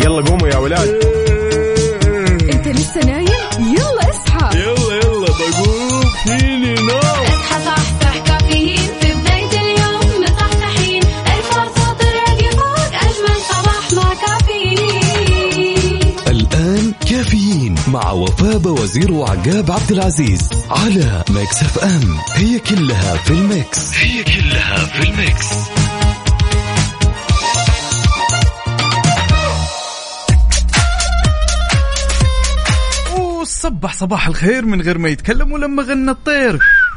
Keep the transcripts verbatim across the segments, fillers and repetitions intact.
يلا قوموا يا ولاد. انت لسه نايم؟ يلا اصحى. يلا يلا بقوم فيني نوم. اصحى صحصح كافيين في بداية اليوم مصحصحين. الفرصة تراقي فوق أجمل صباح مع كافيين. الآن كافيين مع وفاء بوزير وعقاب عبد العزيز على ميكس اف ام. هي كلها في الميكس. هي كلها في الميكس. صبح صباح الخير من غير ما يتكلم ولما غنى الطير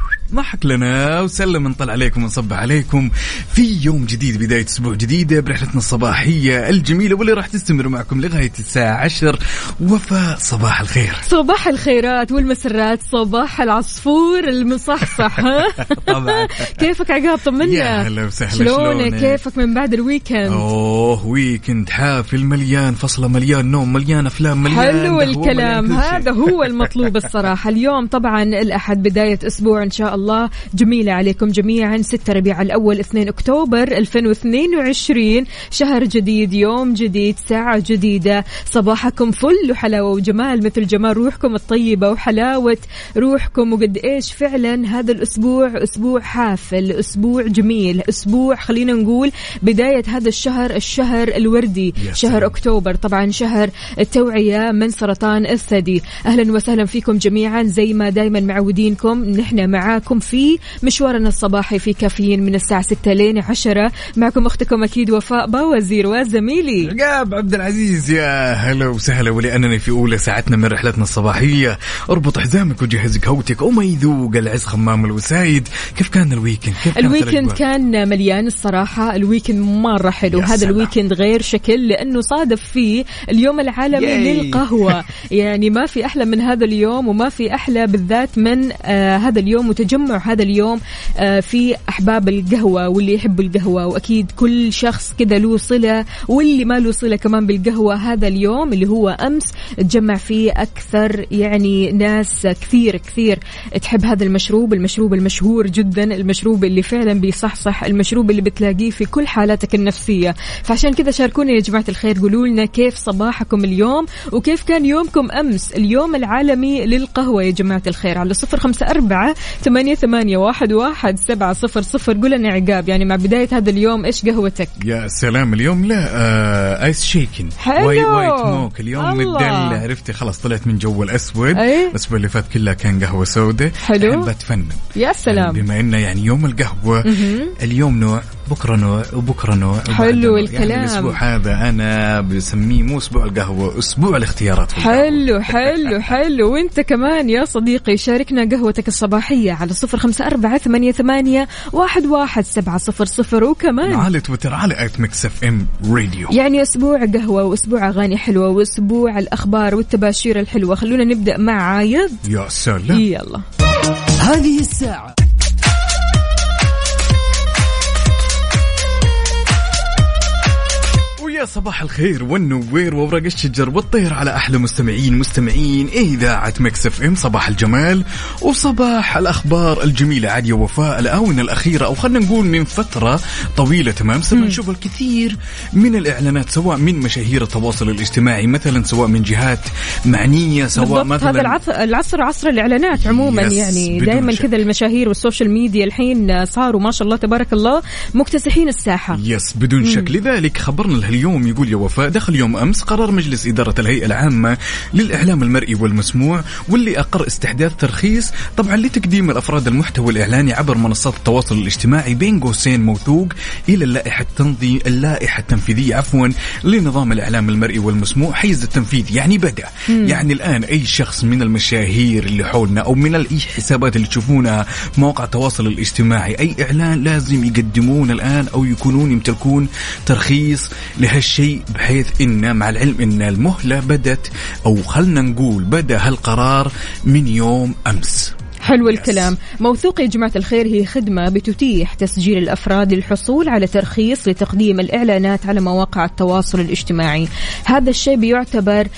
ضحك لنا وسلم. نطلع عليكم ونصبح عليكم في يوم جديد، بداية أسبوع جديدة برحلتنا الصباحية الجميلة واللي راح تستمر معكم لغاية الساعة عشر. وفاء صباح الخير. صباح الخيرات والمسرات، صباح العصفور المصحصح. طبعا. كيفك عقاب؟ طمنا. يا هلا وسهلا. شلونك؟ كيفك من بعد الويكند؟ اوه ويكند حافل مليان فصلة، مليان نوم، مليان أفلام، مليان حلو الكلام. هذا هو المطلوب الصراحة. اليوم طبعا الأحد بداية أسبوع إن شاء الله جميلة عليكم جميعا. ستة ربيع الأول اثنين أكتوبر ألفين واثنين وعشرين، شهر جديد، يوم جديد، ساعة جديدة. صباحكم فل وحلاوة وجمال مثل جمال روحكم الطيبة وحلاوة روحكم. وقد إيش فعلا هذا الأسبوع أسبوع حافل، أسبوع جميل، أسبوع خلينا نقول بداية هذا الشهر، الشهر الوردي، شهر أكتوبر. طبعا شهر التوعية من سرطان الثدي. أهلا وسهلا فيكم جميعا. زي ما دايما معودينكم نحن معاكم في مشوارنا الصباحي في كافيين من الساعة ستة لين عشرة. معكم أختكم أكيد وفاء باوزير وزميلي عقاب عبد العزيز. يا هلا وسهلا. ولأنني في أولى ساعتنا من رحلتنا الصباحية، اربط حزامك وجهز قهوتك وما يذوق العز خمام الوسايد. كيف كان الويكند؟ كيف الويكند كان مليان الصراحة. الويكند مرة حلو. هذا سلام. الويكند غير شكل لأنه صادف فيه اليوم العالمي ياي. للقهوة. يعني ما في أحلى من هذا اليوم، وما في أحلى بالذات من آه هذا اليوم وتجمع هذا اليوم آه في أحباب القهوة واللي يحبوا القهوة. وأكيد كل شخص كذا له صلة، واللي ما له صلة كمان بالقهوة. هذا اليوم اللي هو أمس تجمع فيه أكثر يعني ناس كثير كثير تحب هذا المشروب، المشروب المشهور جدا، المشروب اللي فعلا بيصحصح، المشروب اللي بتلاقيه في كل حالاتك النفسية. فعشان كذا شاركونا يا جماعة الخير، قولوا لنا كيف صباحكم اليوم وكيف كان يومكم أمس، اليوم العالمي للقهوة يا جماعة الخير. على صفر خمسة أربعة ثمانية ثمانية واحد واحد سبعة صفر صفر. قول لنا عقاب يعني مع بداية هذا اليوم إيش قهوتك؟ يا سلام. اليوم لا آه آيس شيكن وايت وايت موك. اليوم مدلع، عرفتي خلاص طلعت من جو الأسود. أيه؟ الأسبوع اللي فات كلها كان قهوة سوداء. حلو. أحب أتفنن. يا سلام. بما إنه يعني يوم القهوة م-م. اليوم نوع، بكرة نوع، وبكرة نوع. حلو الكلام. يعني الأسبوع هذا أنا بسميه مو أسبوع القهوة، أسبوع الاختيارات. حلو حلو حلو. وانت كمان يا صديقي شاركنا قهوتك الصباحية على صفر خمسة أربعة ثمانية ثمانية واحد واحد سبعة صفر صفر. وكمان على تويتر على آت ميكس اف ام راديو. يعني أسبوع قهوة وأسبوع أغاني حلوة وأسبوع الأخبار والتباشير الحلوة. خلونا نبدأ مع عايض. يا سلام. يلا هذه الساعة يا صباح الخير والنوير وورق الشجر والطير على أحلى مستمعين مستمعين إذاعة ميكس اف ام. صباح الجمال وصباح الأخبار الجميلة. عاد يا وفاء الآونة الأخيرة، أو خلنا نقول من فترة طويلة تمام، صرنا نشوف الكثير من الإعلانات سواء من مشاهير التواصل الاجتماعي مثلا، سواء من جهات معنية، سواء مثلا هذا العصر, العصر عصر الإعلانات عموما. يعني دائما كذا المشاهير والسوشيال ميديا الحين صاروا ما شاء الله تبارك الله مكتسحين الساحة. يس بدون مم. شك. لذلك خبرنا اليوم يقول يا وفاء، دخل يوم أمس قرار مجلس إدارة الهيئة العامة للإعلام المرئي والمسموع، واللي أقر استحداث ترخيص طبعا لتقديم الأفراد المحتوى الإعلاني عبر منصات التواصل الاجتماعي بين قوسين موثوق إلى اللائحة التنظيم اللائحة التنفيذية عفوا لنظام الإعلام المرئي والمسموع حيز التنفيذ. يعني بدأ مم. يعني الآن أي شخص من المشاهير اللي حولنا أو من أي حسابات اللي تشوفونها في مواقع التواصل الاجتماعي، أي إعلان لازم يقدمون الآن أو يكونون يمتلكون ترخيص لهالشيء، بحيث إن مع العلم إن المهلة بدت أو خلنا نقول بدأ هالقرار من يوم أمس. حلو الكلام. موثوق يا جماعة الخير هي خدمة بتتيح تسجيل الأفراد للحصول على ترخيص لتقديم الإعلانات على مواقع التواصل الاجتماعي. هذا الشيء بيعتبر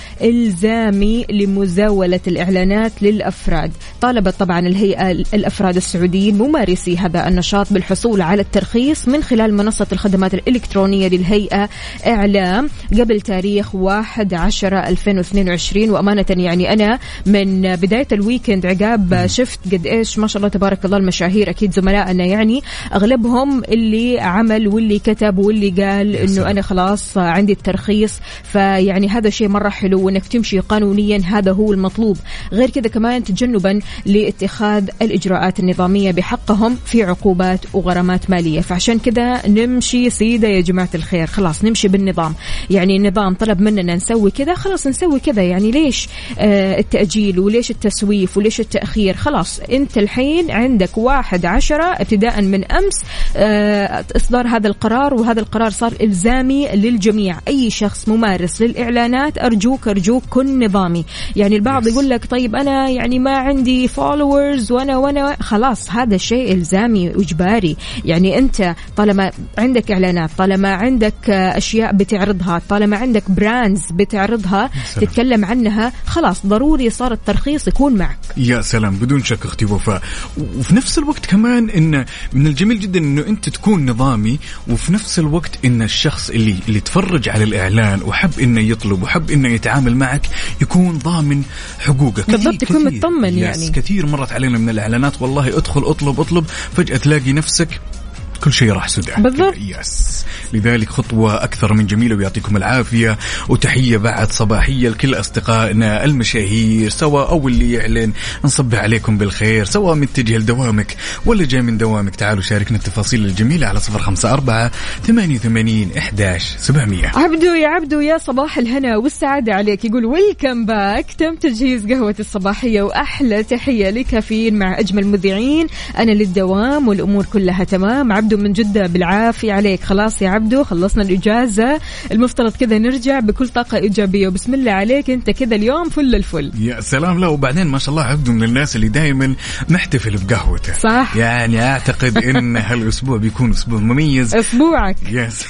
إلزامي لمزاولة الإعلانات للأفراد. طالبت طبعا الهيئة الأفراد السعوديين ممارسي هذا النشاط بالحصول على الترخيص من خلال منصة الخدمات الإلكترونية للهيئة إعلام قبل تاريخ واحد عشرة ألفين واثنين وعشرين. وأمانة يعني أنا من بداية الويكند عقاب شفت قد إيش ما شاء الله تبارك الله المشاهير أكيد زملائنا يعني أغلبهم اللي عمل واللي كتب واللي قال إنه أنا خلاص عندي الترخيص. فيعني هذا شيء مرة حلو وإنك تمشي قانونيا، هذا هو المطلوب. غير كذا كمان تجنبا لاتخاذ الإجراءات النظامية بحقهم في عقوبات وغرامات مالية. فعشان كذا نمشي سيدة يا جماعة الخير، خلاص نمشي بالنظام. يعني النظام طلب مننا نسوي كذا، خلاص نسوي كذا. يعني ليش آه التأجيل وليش التسويف وليش التأخير؟ خلاص انت الحين عندك واحد عشرة ابتداء من أمس آه إصدار هذا القرار، وهذا القرار صار إلزامي للجميع. أي شخص ممارس للإعلانات أرجوك أرجوك كن نظامي. يعني البعض يقول لك طيب أنا يعني ما عندي فولورز وأنا وأنا خلاص هذا الشيء إلزامي وإجباري. يعني أنت طالما عندك إعلانات، طالما عندك أشياء بتعرضها، طالما عندك براندز بتعرضها تتكلم عنها، خلاص ضروري صار الترخيص يكون معك. يا سلام بدون شك أختي وفاء. وفي نفس الوقت كمان إن من الجميل جدا إنه أنت تكون نظامي، وفي نفس الوقت إن الشخص اللي اللي تفرج على الإعلان وحب إنه يطلب وحب إنه يتعامل معك يكون ضامن حقوقك بالضبط، يكون مطمن. يعني كثير مرت علينا من الإعلانات والله ادخل اطلب اطلب فجأة تلاقي نفسك كل شيء راح سدى بالضبط. يس. لذلك خطوة أكثر من جميلة ويعطيكم العافية. وتحية بعد صباحية لكل أصدقائنا المشاهير، سواء أول اللي يعلن نصبح عليكم بالخير، سواء متجه لدوامك ولا جاي من دوامك. تعالوا شاركنا التفاصيل الجميلة على صفر خمسة أربعة ثمانية ثمانين إحداش سبعمية. عبدو يا عبدو يا صباح الهنا والسعادة عليك، يقول ويلكم باك. تم تجهيز قهوة الصباحية وأحلى تحية لكافيين مع أجمل مذيعين. أنا للدوام والأمور كلها تمام. عبدو من جدة بالعافية عليك. خلاص يا عبدو خلصنا الإجازة، المفترض كذا نرجع بكل طاقة إيجابية. وبسم الله عليك أنت كذا اليوم فل الفل. يا سلام. لا وبعدين ما شاء الله عبدو من الناس اللي دائما محتفل بقهوته. صح. يعني أعتقد إن هالأسبوع بيكون أسبوع مميز. أسبوعك يس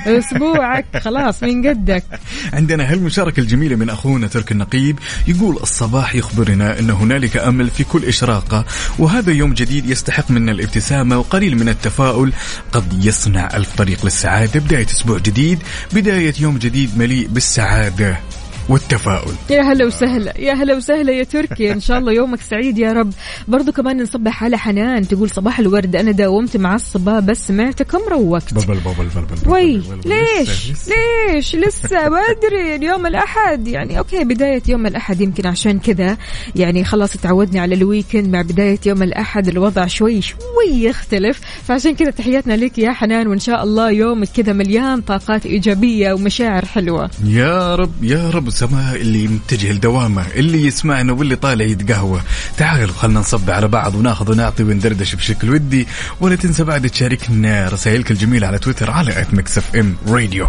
أسبوعك خلاص من قدك. عندنا هالمشاركة الجميلة من أخونا ترك النقيب، يقول الصباح يخبرنا أن هنالك أمل في كل إشراقة، وهذا يوم جديد يستحق منا الابتسامة وقليل من التفاؤل قد يصنع ألف طريق للسعادة. بداية أسبوع جديد، بداية يوم جديد مليء بالسعادة والتفاؤل. يا هلا وسهلا يا هلا وسهلا يا تركي، إن شاء الله يومك سعيد يا رب. برضو كمان نصبح على حنان، تقول صباح الورد، أنا داومت معصبة بس سمعتكم روقت. ببل ببل ببل وي ليش ليش لسه بدري اليوم الأحد يعني. أوكي بداية يوم الأحد يمكن عشان كذا يعني خلاص تعودنا على الويكند، مع بداية يوم الأحد الوضع شوي شوي يختلف، فعشان كذا تحياتنا لك يا حنان، وإن شاء الله يومك كذا مليان طاقات إيجابية ومشاعر حلوة يا رب يا رب. سماء اللي متجه لدوامه، اللي يسمعنا واللي طالع يتقهوى، تعالوا خلنا نصب على بعض وناخذ ونعطي وندردش بشكل ودي. ولا تنسى بعد تشاركنا رسائلك الجميلة على تويتر على ات ميكس اف ام راديو.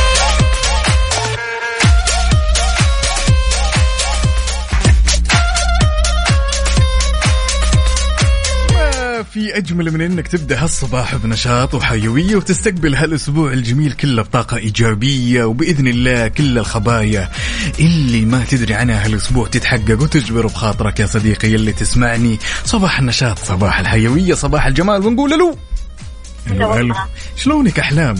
في أجمل من أنك تبدأ هالصباح بنشاط وحيوية وتستقبل هالأسبوع الجميل كله بطاقة إيجابية، وبإذن الله كل الخبايا اللي ما تدري عنها هالأسبوع تتحقق وتجبر بخاطرك يا صديقي اللي تسمعني. صباح النشاط، صباح الحيوية، صباح الجمال، ونقول له ألو ألو. شلونك أحلام؟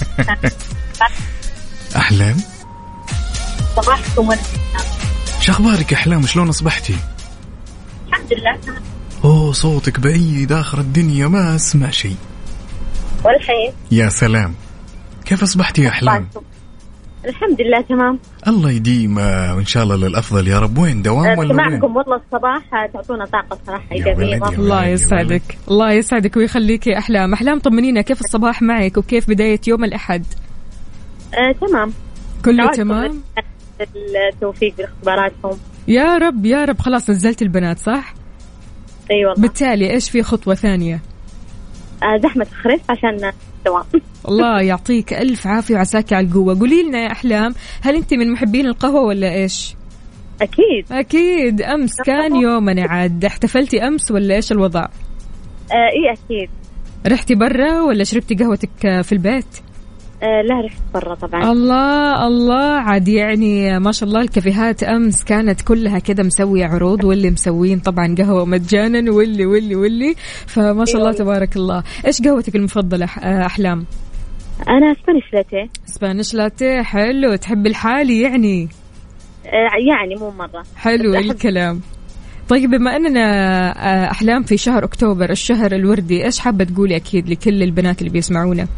أحلام صباحكم. شخبارك أحلام؟ شلون أصبحتي؟ الحمد لله. أوه صوتك بعيد آخر الدنيا ما أسمع شيء. والحين يا سلام. كيف أصبحتي يا أحلام؟ الحمد لله تمام. الله يديم وإن شاء الله للأفضل يا رب. وين دوام ولا وين؟ معكم والله الصباح تعطونا طاقة صراحة إيجابية. الله يسعدك الله يسعدك ويخليك يا أحلام. أحلام طمنينا كيف الصباح معك وكيف بداية يوم الأحد؟ آه تمام كله تمام. التوفيق باختباراتهم يا رب يا رب. خلاص نزلت البنات صح؟ اي والله. بالتالي ايش في خطوة ثانية؟ آه زحمة الخريف عشان دوام. الله يعطيك ألف عافية وعساك على القوة. قولي لنا يا أحلام، هل أنت من محبين القهوة ولا إيش؟ أكيد. أكيد. أمس كان يومنا عاد، احتفلتي أمس ولا إيش الوضع؟ آه إيه أكيد. رحتي برا ولا شربتي قهوتك في البيت؟ آه لا رحت برا طبعا. الله الله، عاد يعني ما شاء الله الكافيهات أمس كانت كلها كده مسوية عروض، واللي مسوين طبعا قهوة مجانا واللي واللي واللي فما شاء الله تبارك الله. إيش قهوتك المفضلة أحلام؟ أنا سبانيش لاتيه. سبانيش لاتيه، حلو. تحب الحالي يعني؟ آه يعني مو مرة. حلو الكلام. طيب بما أننا أحلام في شهر أكتوبر الشهر الوردي، إيش حابة تقولي أكيد لكل البنات اللي بيسمعونا؟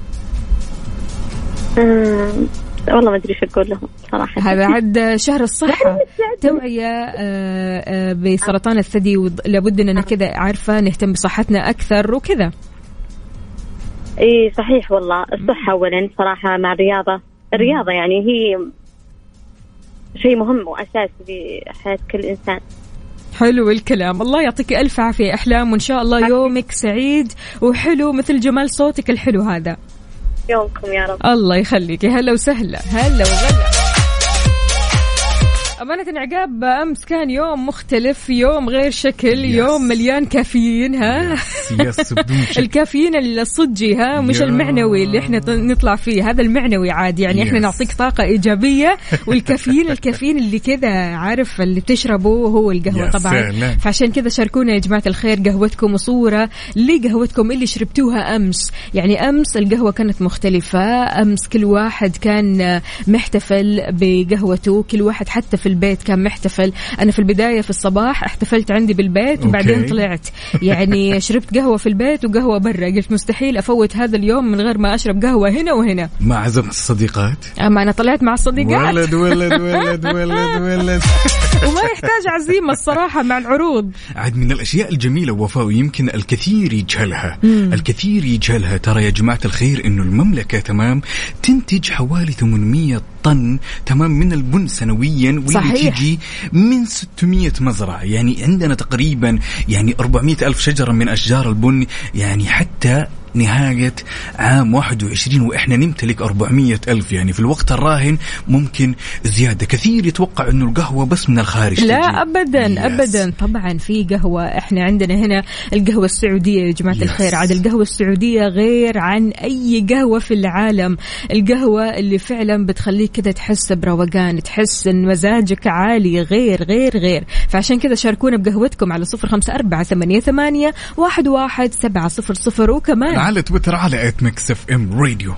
أه والله ما أدري شو أقول لهم صراحة. هذا عد شهر الصحة، توعية بسرطان الثدي، ولابد أننا كذا عارفة نهتم بصحتنا أكثر وكذا. إيه صحيح والله، الصحة أولا صراحة مع الرياضة. الرياضة يعني هي شيء مهم وأساسي في حياة كل إنسان. حلو الكلام. الله يعطيك ألف عافية أحلام، وإن شاء الله يومك سعيد وحلو مثل جمال صوتك الحلو هذا. يومكم يا رب. الله يخليك. هلا وسهلا. هلا وغلا. أمانة عقاب أمس كان يوم مختلف، يوم غير شكل، يس. يوم مليان كافيين. ها يس. يس. الكافيين الصجي، ها مش المعنوي اللي احنا نطلع فيه، هذا المعنوي عاد يعني. يس. احنا نعطيك طاقة إيجابية، والكافيين الكافيين اللي كذا عارف اللي تشربه هو القهوة طبعا. فعشان كذا شاركونا يا جماعة الخير قهوتكم وصورة لقهوتكم اللي شربتوها أمس. يعني أمس القهوة كانت مختلفة، أمس كل واحد كان محتفل بقهوته، كل واحد حتى في البيت كان محتفل. أنا في البداية في الصباح احتفلت عندي بالبيت، وبعدين أوكي. طلعت يعني شربت قهوة في البيت وقهوة برا. قلت مستحيل أفوت هذا اليوم من غير ما أشرب قهوة هنا وهنا. مع عزمة الصديقات. أما أنا طلعت مع الصديقات. ولد ولد ولد ولد ولد وما يحتاج عزيمة الصراحة مع العروض. عاد من الأشياء الجميلة وفاء يمكن الكثير يجهلها. مم. الكثير يجهلها ترى يا جماعة الخير إنه المملكة تمام تنتج حوالي ثمانمية طن تمام من البن سنويا، واللي تيجي من ستمية مزرعة. يعني عندنا تقريبا يعني أربعمية ألف شجرة من أشجار البن، يعني حتى نهاية عام واحد وعشرين وإحنا نمتلك أربعمية ألف. يعني في الوقت الراهن ممكن زيادة. كثير يتوقع إنه القهوة بس من الخارج. لا تجي. أبدا يس. أبدا طبعا في قهوة. إحنا عندنا هنا القهوة السعودية يا جماعة يس. الخير. عاد القهوة السعودية غير عن أي قهوة في العالم. القهوة اللي فعلا بتخليك كده تحس بروقان، تحس إن مزاجك عالي، غير غير غير. فعشان كده شاركونا بقهوتكم على صفر خمسة أربعة ثمانية ثمانية واحد واحد سبعة صفر صفر، وكمان على تويتر على آت ميكس اف ام راديو.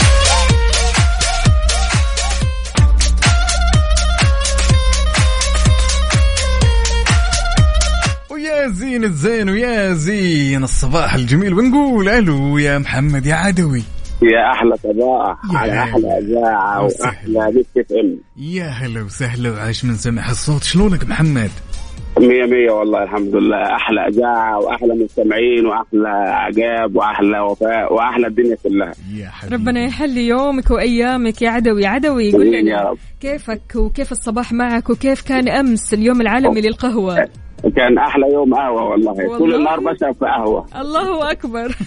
ويا زين الزين ويا زين الصباح الجميل، ونقول الو يا محمد يا عدوي. يا احلى صباح على احلى اذاعه واحلى ميكس اف ام. يا هلا وسهلا وعايش من سمع الصوت. شلونك محمد؟ مية مية والله الحمد لله. أحلى إذاعة وأحلى مستمعين وأحلى عجاب وأحلى وفاء وأحلى الدنيا كلها. ربنا يحلي يومك وأيامك يا عدوي. عدوي قل لنا كيفك وكيف الصباح معك وكيف كان أمس اليوم العالمي للقهوة؟ كان أحلى يوم قهوة والله, والله. كل النهار بشرب في قهوة. الله أكبر.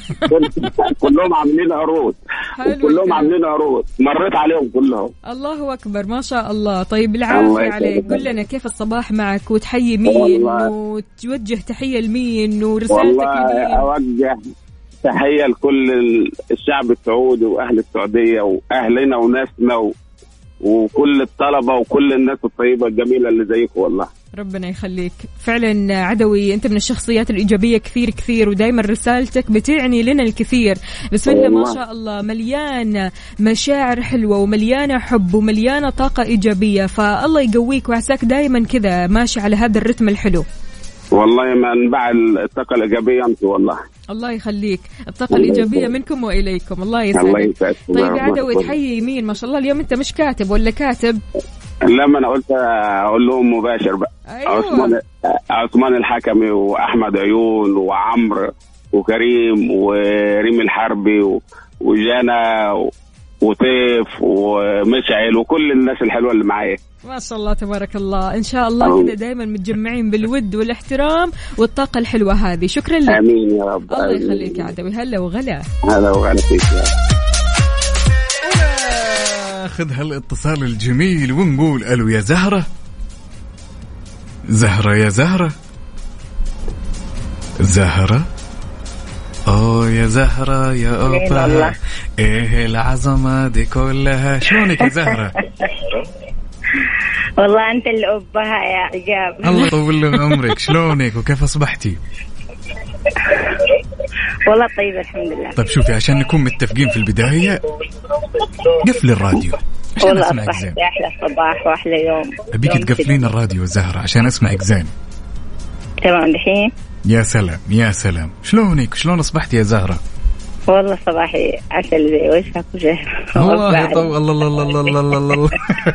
كلهم عاملين عروض، كلهم عاملين عروض، مريت عليهم كلهم. الله أكبر ما شاء الله. طيب العافية عليك. قل لنا كيف الصباح معك وتحيي مين وتوجه تحية لمين ورسالتك لمين؟ والله أوجه تحية لكل الشعب السعودي وأهل السعودية وأهلنا وناسنا وكل الطلبة وكل الناس الطيبة الجميلة اللي زيكم والله. ربنا يخليك. فعلا عدوي أنت من الشخصيات الإيجابية كثير كثير، ودايما رسالتك بتعني لنا الكثير. بسم الله ما شاء الله، مليانة مشاعر حلوة ومليانة حب ومليانة طاقة إيجابية. فالله يقويك وعساك دايما كذا ماشي على هذا الرتم الحلو. والله منبع الطاقة الإيجابية أنت والله. الله يخليك. الطاقة الإيجابية منكم وإليكم. الله يسعدك. طيب عدوي تحيي مين؟ ما شاء الله اليوم أنت مش كاتب ولا كاتب؟ لما أنا قلت أقول لهم مباشر بقى. أيوة. عثمان عثمان الحكمي وأحمد عيون وعمر وكريم وريم الحربي وجانا وطيف ومشعل وكل الناس الحلوة اللي معايا. ما شاء الله تبارك الله. إن شاء الله كده دايما متجمعين بالود والاحترام والطاقة الحلوة هذه. شكرا لك. آمين يا رب. الله يخليك يا عدوي. هلا وغلا. هلا وغلا فيك يا ناخذ هالاتصال الجميل ونقول ألو يا زهرة. زهرة يا زهرة زهرة أوه يا زهرة يا أوبا إيه العظمة دي كلها. شلونك يا زهرة؟ والله أنت اللي أبها يا عجاب. الله يطول لي عمرك. شلونك وكيف أصبحتي؟ والله طيب الحمد لله. طيب شوفي عشان نكون متفقين في البداية قفل الراديو عشان والله أسمعك زين. أحلى صباح وأحلى يوم. أبيك تقفلين الراديو زهرة عشان أسمعك زين. تمام دحين. يا سلام يا سلام. شلونك شلون أصبحتي يا زهرة؟ والله صباحي عسل زي وجهك وجهك. الله يطول. الله الله الله الله الله الله.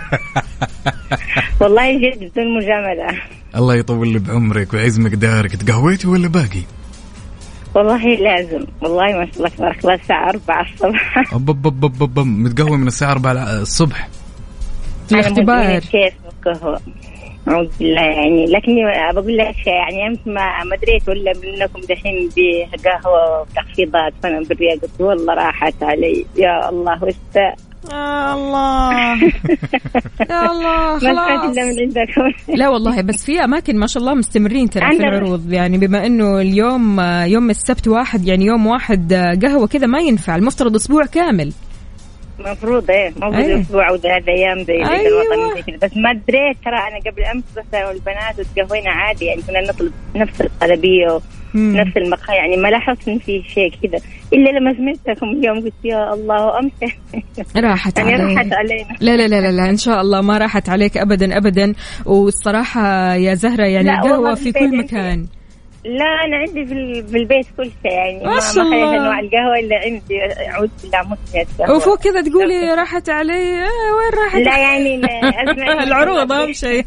والله جد بدون مجاملة. الله يطول لي بعمرك ويعز مقدارك. تقهويتي ولا باقي؟ والله لازم. والله ما شاء الله تبارك الله الساعة أربعة الصبح. أب أب أب أب أب متقهوي من الساعة أربعة الصبح. الاختبار. كيف القهوة؟ أعوذ بالله يعني. لكني بقول لك يعني أمس ما ما دريت ولا منكم دحين بقهوة وتخفيضات فأنا بالرياضة والله راحت علي. يا الله وست. يا الله يا الله خلاص. لا والله بس في أماكن ما شاء الله مستمرين ترى في العروض. يعني بما إنه اليوم يوم السبت واحد يعني يوم واحد قهوة كذا ما ينفع. المفترض أسبوع كامل. مفروض ايه موجود أيه. اسبوع او ثلاث ايام زي أيوة. الوطني زي كذا. بس ما دريت ترى انا قبل امس بس والبنات وتقهوينا عادي يعني كنا نطلب نفس القلبيه نفس المقهى يعني ما لاحظت ان في شيء كذا الا لما سمعتكم اليوم قلت يا الله امس راحت يعني علينا. راحت علينا. لا لا لا لا ان شاء الله ما راحت عليك ابدا ابدا. والصراحه يا زهره يعني القهوه في كل مكان. لا أنا عندي في البيت كل شيء يعني ما شاء الله. ما أنواع القهوة اللي عندي. أعوذ بالله مسمية. وفوق كذا تقولي راحت علي. آه وين راحت؟ لا يعني لا العروض أهم شيء.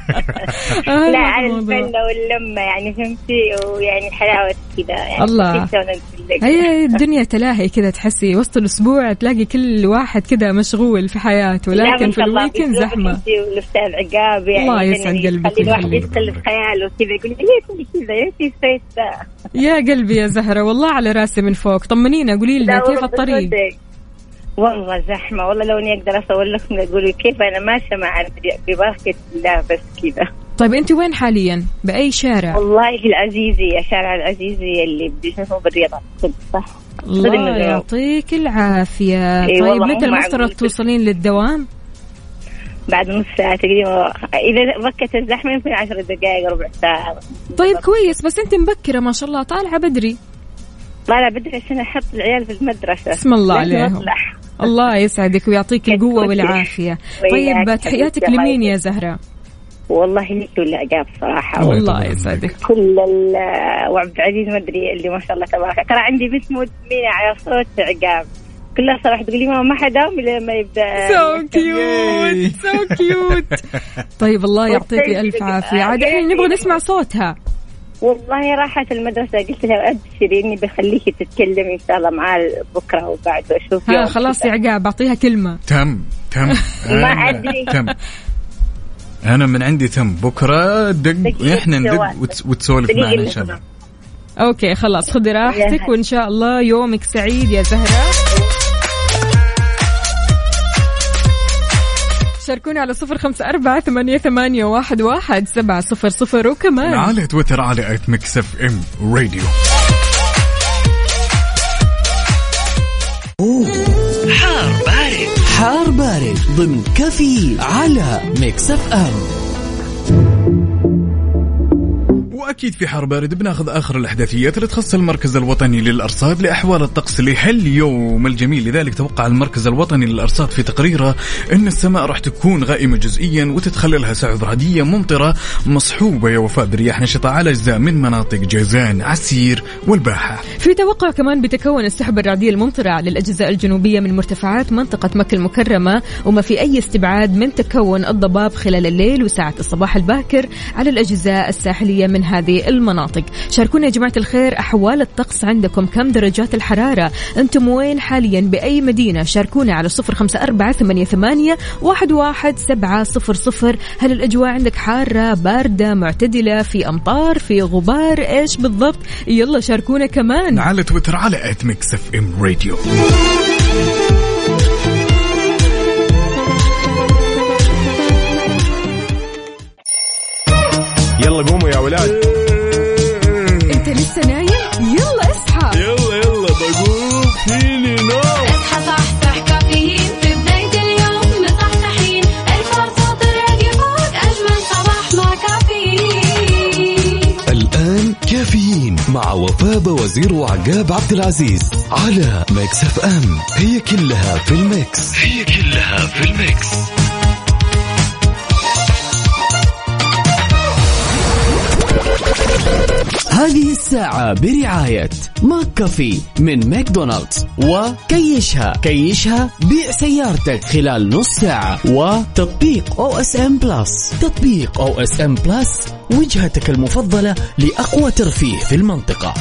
لا على الفلة واللمة يعني فهمتي ويعني حلاوة كذا يعني. الله. هي الدنيا تلاهي كذا تحسي وسط الأسبوع تلاقي كل واحد كذا مشغول في حياته لكن في الويكند زحمة. والأستاذ عقاب يعني الله يسعد قلبك. خلي الواحد يدخل في خياله كذا يقول ليه كذا يا قلبي يا زهرة والله على راسي من فوق. طمنينا قولي لنا كيف الطريق؟ والله زحمة والله لو اني اقدر اصور لكم اقول كيف انا ماشية مع ببركة الله بس كذا. طيب انت وين حاليا؟ باي شارع؟ والله في العزيزية شارع العزيزية اللي بدي اسمه بالرياضة صح. الله يعطيك العافية. إيه طيب متى المفترض توصلين للدوام؟ بعد نص ساعة تقريبا. إذا بكت الزحمة يمكن عشر دقائق ربع ساعة. طيب كويس بس أنت مبكرة ما شاء الله طالعة بدري. طالعة بدري عشان أحط العيال في المدرسة. اسم الله عليهم. الله يسعدك ويعطيك القوة والعافية. طيب تحياتك لمين يا زهرة؟ والله لك ولا عقاب صراحة. والله يسعدك. كل وعبد العزيز مدري اللي ما شاء الله تبارك. ترى عندي بنت مدمنة على صوت عقاب. كلها صراحة تقولي ماما ما حدا لما يبدأ. سو كيوت سو كيوت. طيب الله يعطيك ألف عافية. عاد إحنا نبغى نسمع صوتها. والله راحت المدرسة قلت لها أبشري إني بخليكي تتكلمي إن شاء الله معاه بكرة وبعد وأشوف. ها خلاص يا عقاب أعطيها كلمة. تم تم. ما أدري. تم. أنا من عندي تم بكرة دق إحنا ندق وتسولف معنا إن شاء الله. أوكي خلاص خذي راحتك وإن شاء الله يومك سعيد يا زهرة. شاركونا على صفر خمسة أربعة ثمانية ثمانية واحد واحد سبعة صفر صفر وكمان على تويتر على آت ميكس إف إم راديو. حار بارد حار بارد ضمن كفي على ميكس إف إم. وأكيد في حار بارد بناخذ آخر الأحداثيات اللي تخص المركز الوطني للأرصاد لأحوال الطقس لهاليوم الجميل. لذلك توقع المركز الوطني للأرصاد في تقريره أن السماء راح تكون غائمة جزئيا وتتخللها سحب رعدية ممطرة مصحوبة يا وفاء برياح نشطة على أجزاء من مناطق جازان عسير والباحة. في توقع كمان بتكون السحب الرعدية الممطرة على الأجزاء الجنوبية من مرتفعات منطقة مكة المكرمة وما في أي استبعاد من تكون الضباب خلال الليل وساعة الصباح الباكر على الأجزاء الساحلية من هذه المناطق. شاركونا يا جماعة الخير أحوال الطقس عندكم كم درجات الحرارة؟ أنتم وين حاليا بأي مدينة؟ شاركونا على صفر خمسة أربعة ثمانية ثمانية واحد واحد سبعة صفر صفر. هل الأجواء عندك حارة باردة معتدلة في أمطار في غبار إيش بالضبط؟ يلا شاركونا كمان على تويتر على آت ميكس إف إم راديو. يلا قوموا يا ولاد. انت لسه نايم؟ يلا اصحى. يلا يلا بقوم فيني نوم. اصحى صحصح كافيين في بداية اليوم مصحصحين الفرصة تراقي فوق أجمل صباح مع كافيين. الآن كافيين مع وفاء وزير وعقاب عبد العزيز على ميكس اف ام. هي كلها في الميكس. هي كلها في الميكس. هذه الساعة برعاية ماك كافي من ماكدونالدز وكيشها كيشها بيع سيارتك خلال نص ساعة وتطبيق او اس ام بلس. تطبيق او اس ام بلس وجهتك المفضلة لأقوى ترفيه في المنطقة.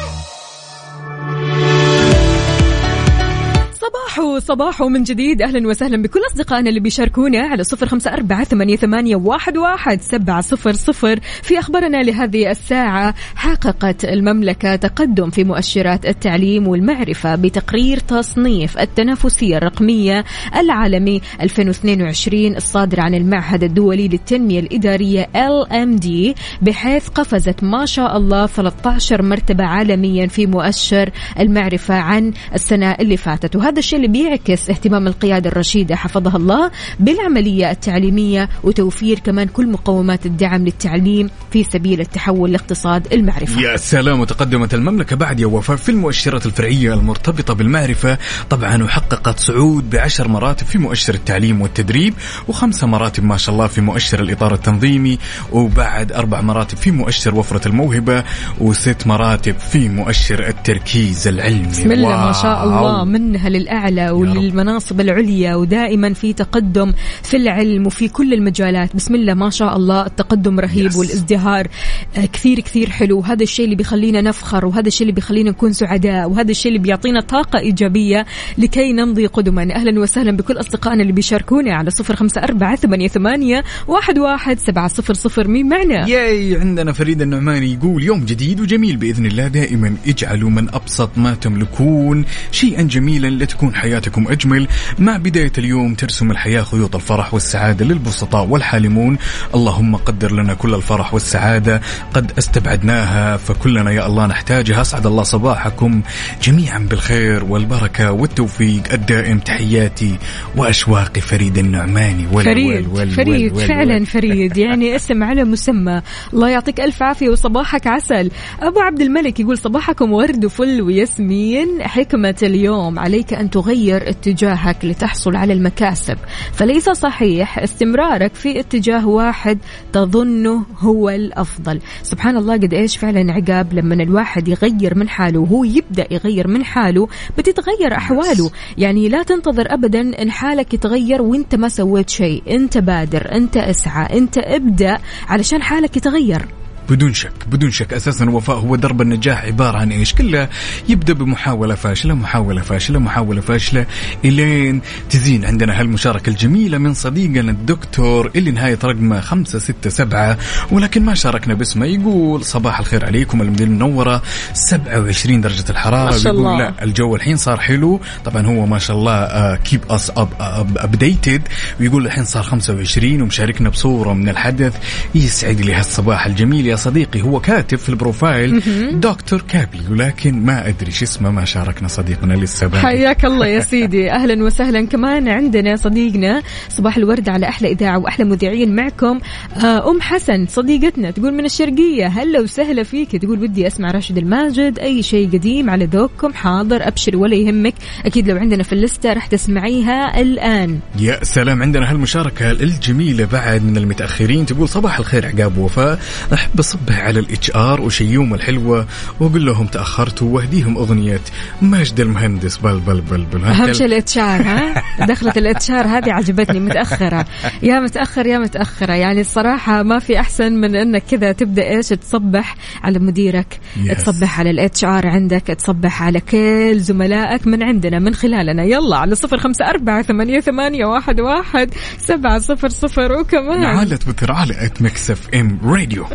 صباحو صباحو من جديد. أهلا وسهلا بكل أصدقائنا اللي بيشاركونا على صفر خمسة أربعة ثمانية ثمانية واحد واحد سبعة صفر صفر. في أخبارنا لهذه الساعة، حققت المملكة تقدم في مؤشرات التعليم والمعرفة بتقرير تصنيف التنافسية الرقمية العالمي ألفين واثنين وعشرين الصادر عن المعهد الدولي للتنمية الإدارية إل إم دي، بحيث قفزت ما شاء الله ثلاثة عشر مرتبة عالميا في مؤشر المعرفة عن السنة اللي فاتت. وهذا الشيء اللي بيعكس اهتمام القيادة الرشيدة حفظها الله بالعملية التعليمية وتوفير كمان كل مقومات الدعم للتعليم في سبيل التحول لاقتصاد المعرفة. يا سلام. وتقدمت المملكة بعد يا وفاء في المؤشرات الفرعية المرتبطة بالمعرفة طبعا، وحققت صعود بعشر مراتب في مؤشر التعليم والتدريب، وخمسة مراتب ما شاء الله في مؤشر الإطار التنظيمي، وبعد أربع مراتب في مؤشر وفرة الموهبة، وست مراتب في مؤشر التركيز العلمي. بسم الله ما شاء الله، منها للأعلى وللمناصب العليا، ودائما في تقدم في العلم وفي كل المجالات. بسم الله ما شاء الله، التقدم رهيب yes. والازدهار كثير كثير حلو. وهذا الشيء اللي بيخلينا نفخر، وهذا الشيء اللي بيخلينا نكون سعداء، وهذا الشيء اللي بيعطينا طاقة إيجابية لكي نمضي قدما. أهلا وسهلا بكل أصدقائنا اللي بيشاركونا على صفر خمسة أربعة ثمانية ثمانية واحد واحد سبعة صفر صفر. مين معنا؟ ياي عندنا فريد النعماني يقول يوم جديد وجميل بإذن الله. دائما اجعلوا من أبسط ما تملكون شيئا جميلا لتكون حياتكم أجمل. مع بداية اليوم ترسم الحياة خيوط الفرح والسعادة للبسطاء والحالمون. اللهم قدر لنا كل الفرح والسعادة قد استبعدناها، فكلنا يا الله نحتاجها. أسعد الله صباحكم جميعا بالخير والبركة والتوفيق الدائم. تحياتي وأشواقي فريد النعماني. وال فريد وال فريد وال فعلا وال فريد يعني اسم على مسمى. الله يعطيك ألف عافية وصباحك عسل. أبو عبد الملك يقول صباحكم ورد وفل وياسمين. حكمة اليوم: عليك أن تغير اتجاهك لتحصل على المكاسب، فليس صحيح استمرارك في اتجاه واحد تظنه هو الأفضل. سبحان الله قد إيش فعلا عقاب لما الواحد يغير من حاله وهو يبدأ يغير من حاله بتتغير أحواله. يعني لا تنتظر أبدا إن حالك يتغير وإنت ما سويت شيء. أنت بادر، أنت اسعى، أنت ابدأ علشان حالك يتغير. بدون شك بدون شك. أساسا وفاء هو درب النجاح عبارة عن إيش؟ كله يبدأ بمحاولة فاشلة، محاولة فاشلة، محاولة فاشلة، إلين تزين عندنا هالمشاركة الجميلة من صديقنا الدكتور اللي نهاية رقمه خمسة ستة سبعة ولكن ما شاركنا باسمه. يقول صباح الخير عليكم، المدينة المنورة سبعة وعشرين درجة الحرارة. ما شاء الله. بيقول لا الجو الحين صار حلو. طبعا هو ما شاء الله كيب أس أب أبديتد، ويقول الحين صار خمسة وعشرين ومشاركنا بصورة من الحدث. يسعد لي هالصباح الجميل يا صديقي. هو كاتب في البروفايل دكتور كابلي، ولكن ما أدري شو اسمه، ما شاركنا صديقنا لسه. حياك الله يا سيدي. أهلا وسهلا. كمان عندنا صديقنا صباح الورد على أحلى إذاعة وأحلى مذيعين معكم. أم حسن صديقتنا تقول من الشرقية، هلا وسهلا فيك. تقول بدي أسمع راشد الماجد، أي شيء قديم على ذوقكم. حاضر أبشر ولا يهمك، أكيد لو عندنا في الليستة رح تسمعيها الآن. يا سلام. عندنا هالمشاركة الجميلة بعد من المتأخرين. تقول صباح الخير عقاب وفاء، أحب أصبح على الاتش ار وشيوم الحلوة وأقول لهم تأخرتوا واهديهم أغنية ماجد المهندس بل بل بل بل. أهم شيء الاتش ار. ها دخلت الاتش ار هذه عجبتني. متأخرة يا متأخر يا متأخرة. يعني الصراحة ما في أحسن من أنك كذا تبدأ إيش تصبح على مديرك، yes. تصبح على الاتش ار عندك، تصبح على كل زملائك من عندنا من خلالنا. يلا على صفر خمسة أربعة ثمانية ثمانية واحد واحد سبعة صفر صفر. وكمان على تويتر على ات ميكس اف ام راديو.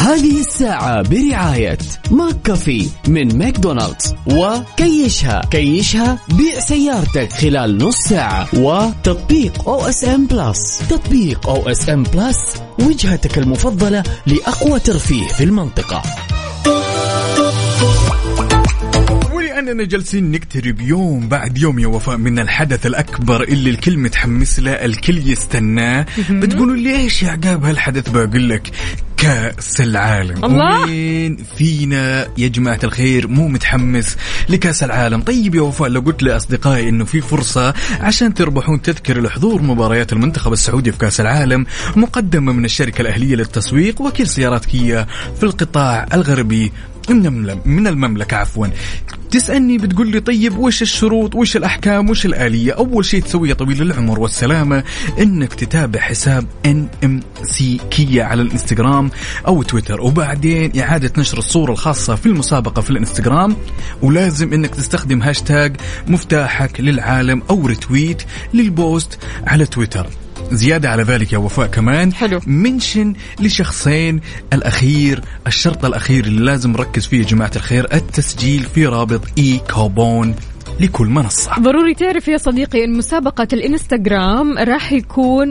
هذه الساعة برعاية ماك كافي من ماكدونالدز، وكيشها كيشها بيع سيارتك خلال نص ساعة، وتطبيق أو إس إم بلس. تطبيق أو إس إم بلس وجهتك المفضلة لأقوى ترفيه في المنطقة. أننا جالسين نقترب يوم بعد يوم يا وفاء من الحدث الأكبر اللي الكل متحمس له، الكل يستناه. بتقولوا ليش يا عقاب هالحدث؟ بقول لك كأس العالم. الله. وين فينا يا جماعة الخير مو متحمس لكأس العالم؟ طيب يا وفاء لو قلت لأصدقائي إنه في فرصة عشان تربحون تذكر لحضور مباريات المنتخب السعودي في كأس العالم مقدمة من الشركة الأهلية للتسويق وكيل سيارات كيا في القطاع الغربي من المملكة عفوا، تسألني بتقول لي طيب وش الشروط وش الأحكام وش الآلية؟ أول شيء تسويه طويل العمر والسلامة إنك تتابع حساب إن إم سي كيا على الإنستغرام أو تويتر، وبعدين إعادة نشر الصورة الخاصة في المسابقة في الإنستغرام، ولازم إنك تستخدم هاشتاج مفتاحك للعالم أو ريتويت للبوست على تويتر. زيادة على ذلك يا وفاء كمان حلو. منشن لشخصين، الأخير الشرط الأخير اللي لازم نركز فيه يا جماعة الخير التسجيل في رابط إي كوبون لكل منصة. ضروري تعرف يا صديقي أن مسابقة الإنستغرام راح يكون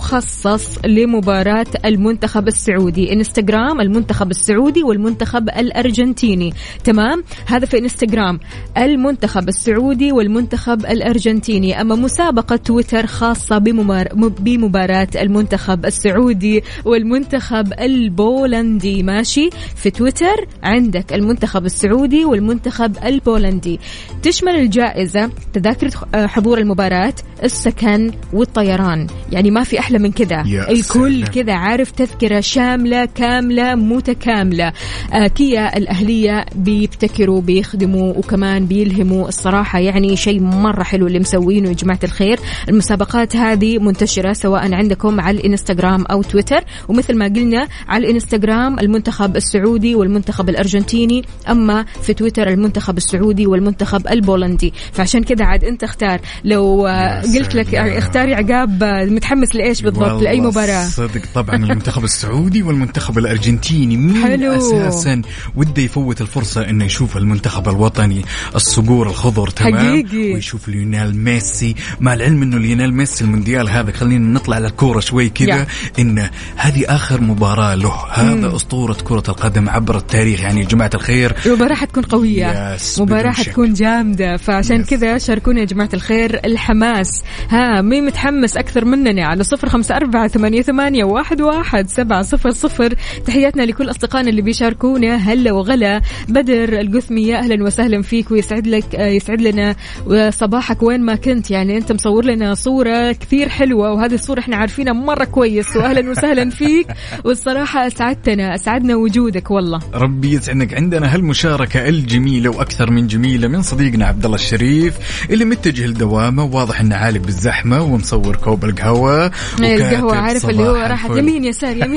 مخصص لمباراة المنتخب السعودي. إنستغرام المنتخب السعودي والمنتخب الأرجنتيني، تمام؟ هذا في إنستغرام المنتخب السعودي والمنتخب الأرجنتيني. أما مسابقة تويتر خاصة بمبار... بمباراة المنتخب السعودي والمنتخب البولندي. ماشي؟ في تويتر عندك المنتخب السعودي والمنتخب البولندي. تشمل الجائزة تذاكر حضور المباراة، السكن والطيران. يعني ما في أحلى من كذا، الكل كذا عارف، تذكرة شاملة كاملة متكاملة. آه كيا الأهلية بيبتكروا بيخدموا وكمان بيلهموا الصراحة، يعني شيء مرة حلو اللي مسوينه يا جماعة الخير. المسابقات هذه منتشرة سواء عندكم على الإنستغرام أو تويتر، ومثل ما قلنا على الإنستغرام المنتخب السعودي والمنتخب الأرجنتيني، أما في تويتر المنتخب السعودي والمنتخب البولندي. فعشان كذا عاد أنت اختار. لو قلت لك اختار يا عقاب متحمس لإيش بالضبط لأي مباراة؟ صدق طبعا المنتخب السعودي والمنتخب الأرجنتيني. مين حلو. أساسا وده يفوت الفرصة إنه يشوف المنتخب الوطني الصقور الخضر تمام حقيقي. ويشوف ليونيل ميسي، مع العلم إنه ليونيل ميسي المونديال هذا خلينا نطلع على الكورة شوي كذا، إنه هذه آخر مباراة له. هذا مم. أسطورة كرة القدم عبر التاريخ يعني يا جماعة الخير. مباراة حتكون قوية، مباراة حتكون جامدة، فعشان كذا شاركونا يا جماعة الخير الحماس. ها مين متحمس أكثر مننا؟ على صفر خمسة أربعة ثمانية ثمانية واحد واحد سبعة صفر صفر. تحياتنا لكل أصدقائنا اللي بيشاركونا. هلا وغلا. بدر القثمي يا أهلا وسهلا فيك ويسعد لك يسعد لنا صباحك وين ما كنت. يعني أنت مصور لنا صورة كثير حلوة وهذه الصورة احنا عارفينها مرة كويس، وأهلا وسهلا فيك. والصراحة أسعدتنا أسعدنا وجودك والله. ربي يسعدك. عندنا هالمشاركة الجميلة وأكثر من جميلة من صديقنا عبد الله الشريف اللي متجه لدوامه، واضح انه عالق بالزحمه ومصور كوب القهوه. القهوه عارف اللي هو راحت يمين يسار يمين.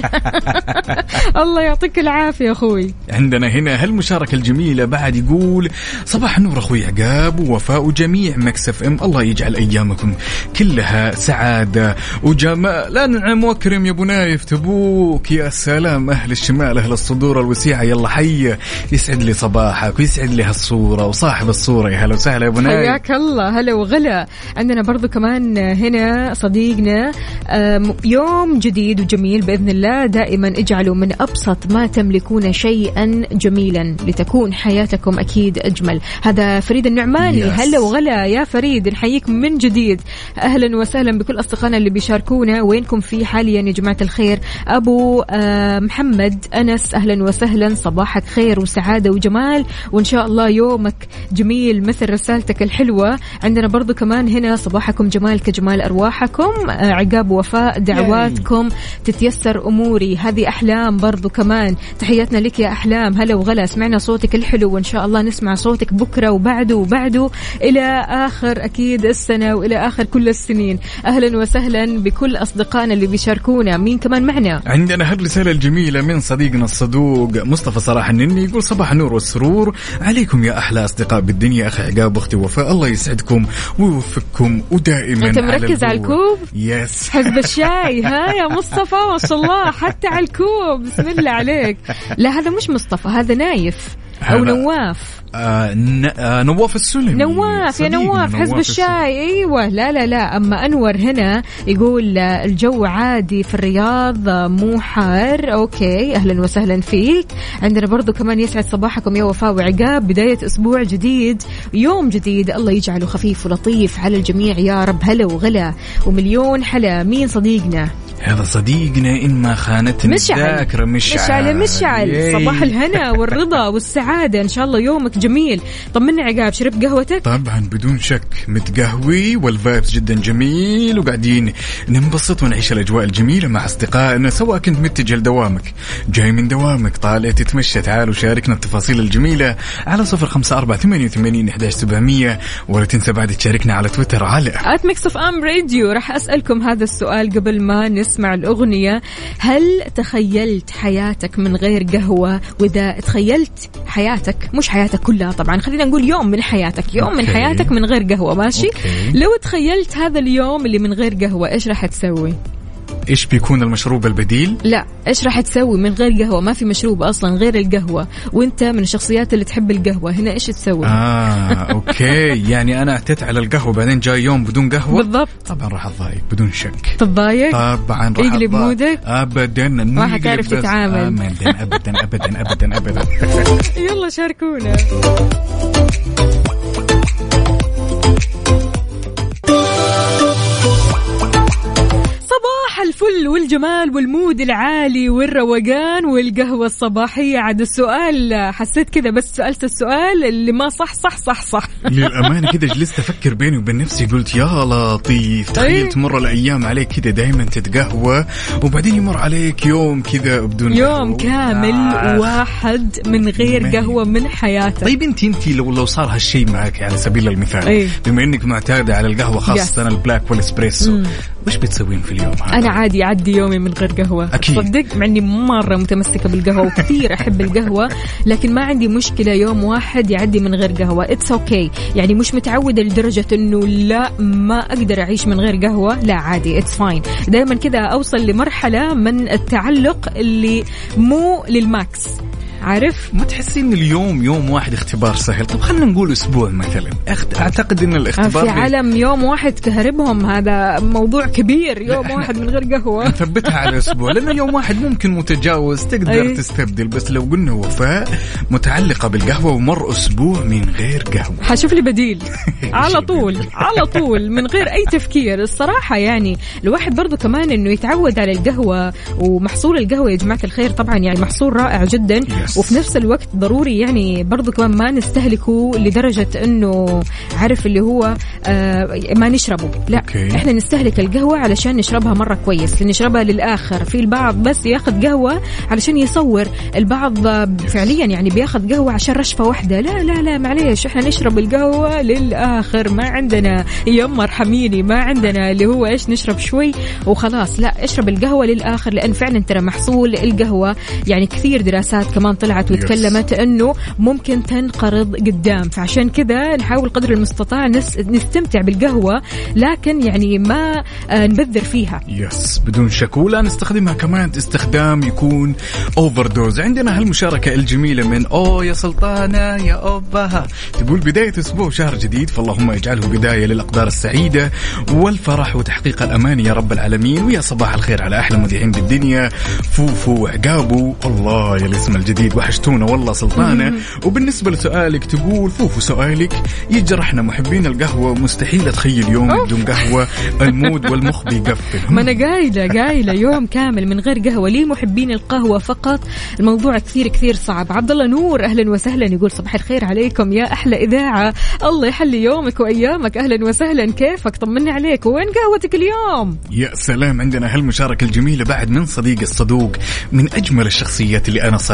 الله يعطيك العافيه يا اخوي. عندنا هنا هالمشاركه الجميله بعد يقول صباح النور اخوي عقاب ووفاء وجميع مكس اف ام، الله يجعل ايامكم كلها سعاده وجمال. لا نعم واكرم يا ابو نايف تبوك. يا سلام اهل الشمال اهل الصدور الوسيعه، يلا حي يسعد لي صباحك ويسعد لي هالصوره وصاحب الصوره. يا هلا وسهلا يا ابو نايف. حياك الله. هلا وغلا. عندنا برضو كمان هنا صديقنا يوم جديد وجميل بإذن الله. دائما اجعلوا من أبسط ما تملكون شيئا جميلا لتكون حياتكم أكيد أجمل. هذا فريد النعماني. هلا وغلا يا فريد، نحييك من جديد. أهلا وسهلا بكل أصدقائنا اللي بيشاركونا. وينكم في حاليا يا جماعة الخير؟ أبو محمد أنس أهلا وسهلا، صباحك خير وسعادة وجمال، وإن شاء الله يومك جميل مثل رسالتك الحلوة. عندنا برضو كمان هنا صباحكم جمال كجمال أرواحكم. عقاب وفاء دعواتكم تتيسر أموري، هذه أحلام برضو كمان. تحياتنا لك يا أحلام. هلا وغلا. سمعنا صوتك الحلو وإن شاء الله نسمع صوتك بكرة وبعده وبعده إلى آخر أكيد السنة وإلى آخر كل السنين. أهلا وسهلا بكل أصدقائنا اللي بيشاركونا. مين كمان معنا؟ عندنا هالرسالة الجميلة من صديقنا الصدوق مصطفى صلاح النني، يقول صباح النور والسرور عليكم يا أحلى أصدقاء بالدنيا أخي عقاب الكوب أختي وفاء. الله يسعدكم ويوفقكم ودائما. أنت مركز على الكوب؟ يس. حزب الشاي ها يا مصطفى ما شاء الله حتى على الكوب بسم الله عليك. لا هذا مش مصطفى هذا نايف أو نواف. آه ن... آه نواف السلمي. نواف يا نواف حزب الشاي. أيوة لا لا لا. أما أنور هنا يقول الجو عادي في الرياض مو حار. أوكي أهلا وسهلا فيك. عندنا برضو كمان يسعد صباحكم يا وفاء وعقاب. بداية أسبوع جديد يوم جديد الله يجعله خفيف ولطيف على الجميع يا رب. هلا وغلا ومليون حلا. مين صديقنا؟ هذا صديقنا إن ما خانتنا الذاكرة مشعل. مشعل صباح الهنا والرضا والسعادة إن شاء الله يومك جميل. طمني عقاب شربت قهوتك؟ طبعا بدون شك متقهوي والفايبس جدا جميل وقاعدين ننبسط ونعيش الأجواء الجميلة مع أصدقائنا. سواء كنت متجه لدوامك جاي من دوامك طالع تتمشى تعال وشاركنا التفاصيل الجميلة على صفر خمسة أربعة ثمانية وثمانين إحداش سبعمية. ولا تنسى بعد تشاركنا على تويتر على آت ميكس أوف أم راديو. راح أسألكم هذا السؤال قبل ما نسمع الأغنية. هل تخيلت حياتك من غير قهوة؟ وإذا تخيلت حياتك مش حياتك كلها طبعا خلينا نقول يوم من حياتك يوم أوكي. من حياتك من غير قهوة ماشي أوكي. لو تخيلت هذا اليوم اللي من غير قهوة إيش راح تسوي؟ إيش بيكون المشروب البديل؟ لا إيش راح تسوي من غير قهوة؟ ما في مشروب أصلا غير القهوة وإنت من الشخصيات اللي تحب القهوة هنا إيش تسوي؟ آه أوكي. يعني أنا اعتدت على القهوة بعدين جاي يوم بدون قهوة بالضبط. طبعا راح أضايق بدون شك. تضايق؟ طبعا راح يقلب مودك؟ أبدا ما حتعرف تتعامل أبدا أبدا أبدا أبدا أبدا. يلا شاركونا. صباح الفل والجمال والمود العالي والروقان والقهوة الصباحية. عاد السؤال حسيت كذا بس سألت السؤال اللي ما صح صح صح صح. للأمانة كده جلست أفكر بيني وبين نفسي قلت يا لطيف تخيل تمر الأيام عليك كده دايما تتقهوى وبعدين يمر عليك يوم كذا بدون يوم قهوة. كامل آه. واحد من غير مين. قهوة من حياتك. طيب انت انت لو لو صار هالشيء معك على سبيل المثال أيه. بما انك معتادة على القهوة خاصة yes. البلاك والاسبريسو وش بتسوين في اليوم هذا؟ أنا عادي عدي يومي من غير قهوة أكيد. صدق مع إني مرة متمسكة بالقهوة وكثير أحب القهوة لكن ما عندي مشكلة يوم واحد يعدي من غير قهوة. It's okay. يعني مش متعودة لدرجة إنه لا ما أقدر أعيش من غير قهوة. لا عادي It's fine. دائما كذا أوصل لمرحلة من التعلق اللي مو للماكس. عارف ما تحسي ان اليوم يوم واحد اختبار سهل؟ طب خلينا نقول اسبوع مثلا. اعتقد ان الاختبار في عالم يوم واحد كهربهم هذا موضوع كبير. يوم واحد من غير قهوة نثبتها على اسبوع لان يوم واحد ممكن متجاوز تقدر أي. تستبدل. بس لو قلنا وفاء متعلقة بالقهوة ومر اسبوع من غير قهوة حشوف لي بديل على طول على طول من غير اي تفكير. الصراحة يعني الواحد برضو كمان انه يتعود على القهوة ومحصول القهوة يا جماعة الخير طبعا يعني محصول رائع جدا وفي نفس الوقت ضروري يعني برضو كمان ما نستهلكه لدرجة انه عارف اللي هو آه ما نشربه. لا أوكي. احنا نستهلك القهوة علشان نشربها مرة كويس نشربها للآخر. في البعض بس ياخد قهوة علشان يصور. البعض فعليا يعني بياخد قهوة عشان رشفة واحدة. لا لا لا معليش احنا نشرب القهوة للآخر. ما عندنا يمر حميني ما عندنا اللي هو ايش نشرب شوي وخلاص. لا اشرب القهوة للآخر لأن فعلا ترى محصول القهوة يعني كثير دراسات كمان طلعت وتكلمت أنه ممكن تنقرض قدام. فعشان كذا نحاول قدر المستطاع نستمتع بالقهوة لكن يعني ما نبذر فيها. يس بدون شك. ولا نستخدمها كمان استخدام يكون اوفر دوز. عندنا هالمشاركة الجميلة من أوه يا سلطانة يا أوبها تقول بداية أسبوع شهر جديد فاللهم يجعله بداية للأقدار السعيدة والفرح وتحقيق الأمان يا رب العالمين. ويا صباح الخير على أحلى مذيعين بالدنيا فوفو وعقابو. الله يا الاسم الجديد وحشتونا والله سلطانة. وبالنسبة لسؤالك تقول فوفو سؤالك يجرحنا محبين القهوة مستحيل أتخيل يوم بدون قهوة المود والمخ بيقفل. ما أنا قايلة قايلة يوم كامل من غير قهوة. ليه محبين القهوة فقط؟ الموضوع كثير كثير صعب. عبد الله نور أهلا وسهلا يقول صباح الخير عليكم يا أحلى إذاعة الله يحلي يومك وأيامك. أهلا وسهلا كيفك طمني عليك وين قهوتك اليوم؟ يا سلام. عندنا هالمشاركة الجميلة بعد من صديق الصدوق من أجمل الشخصيات اللي أنا صادفته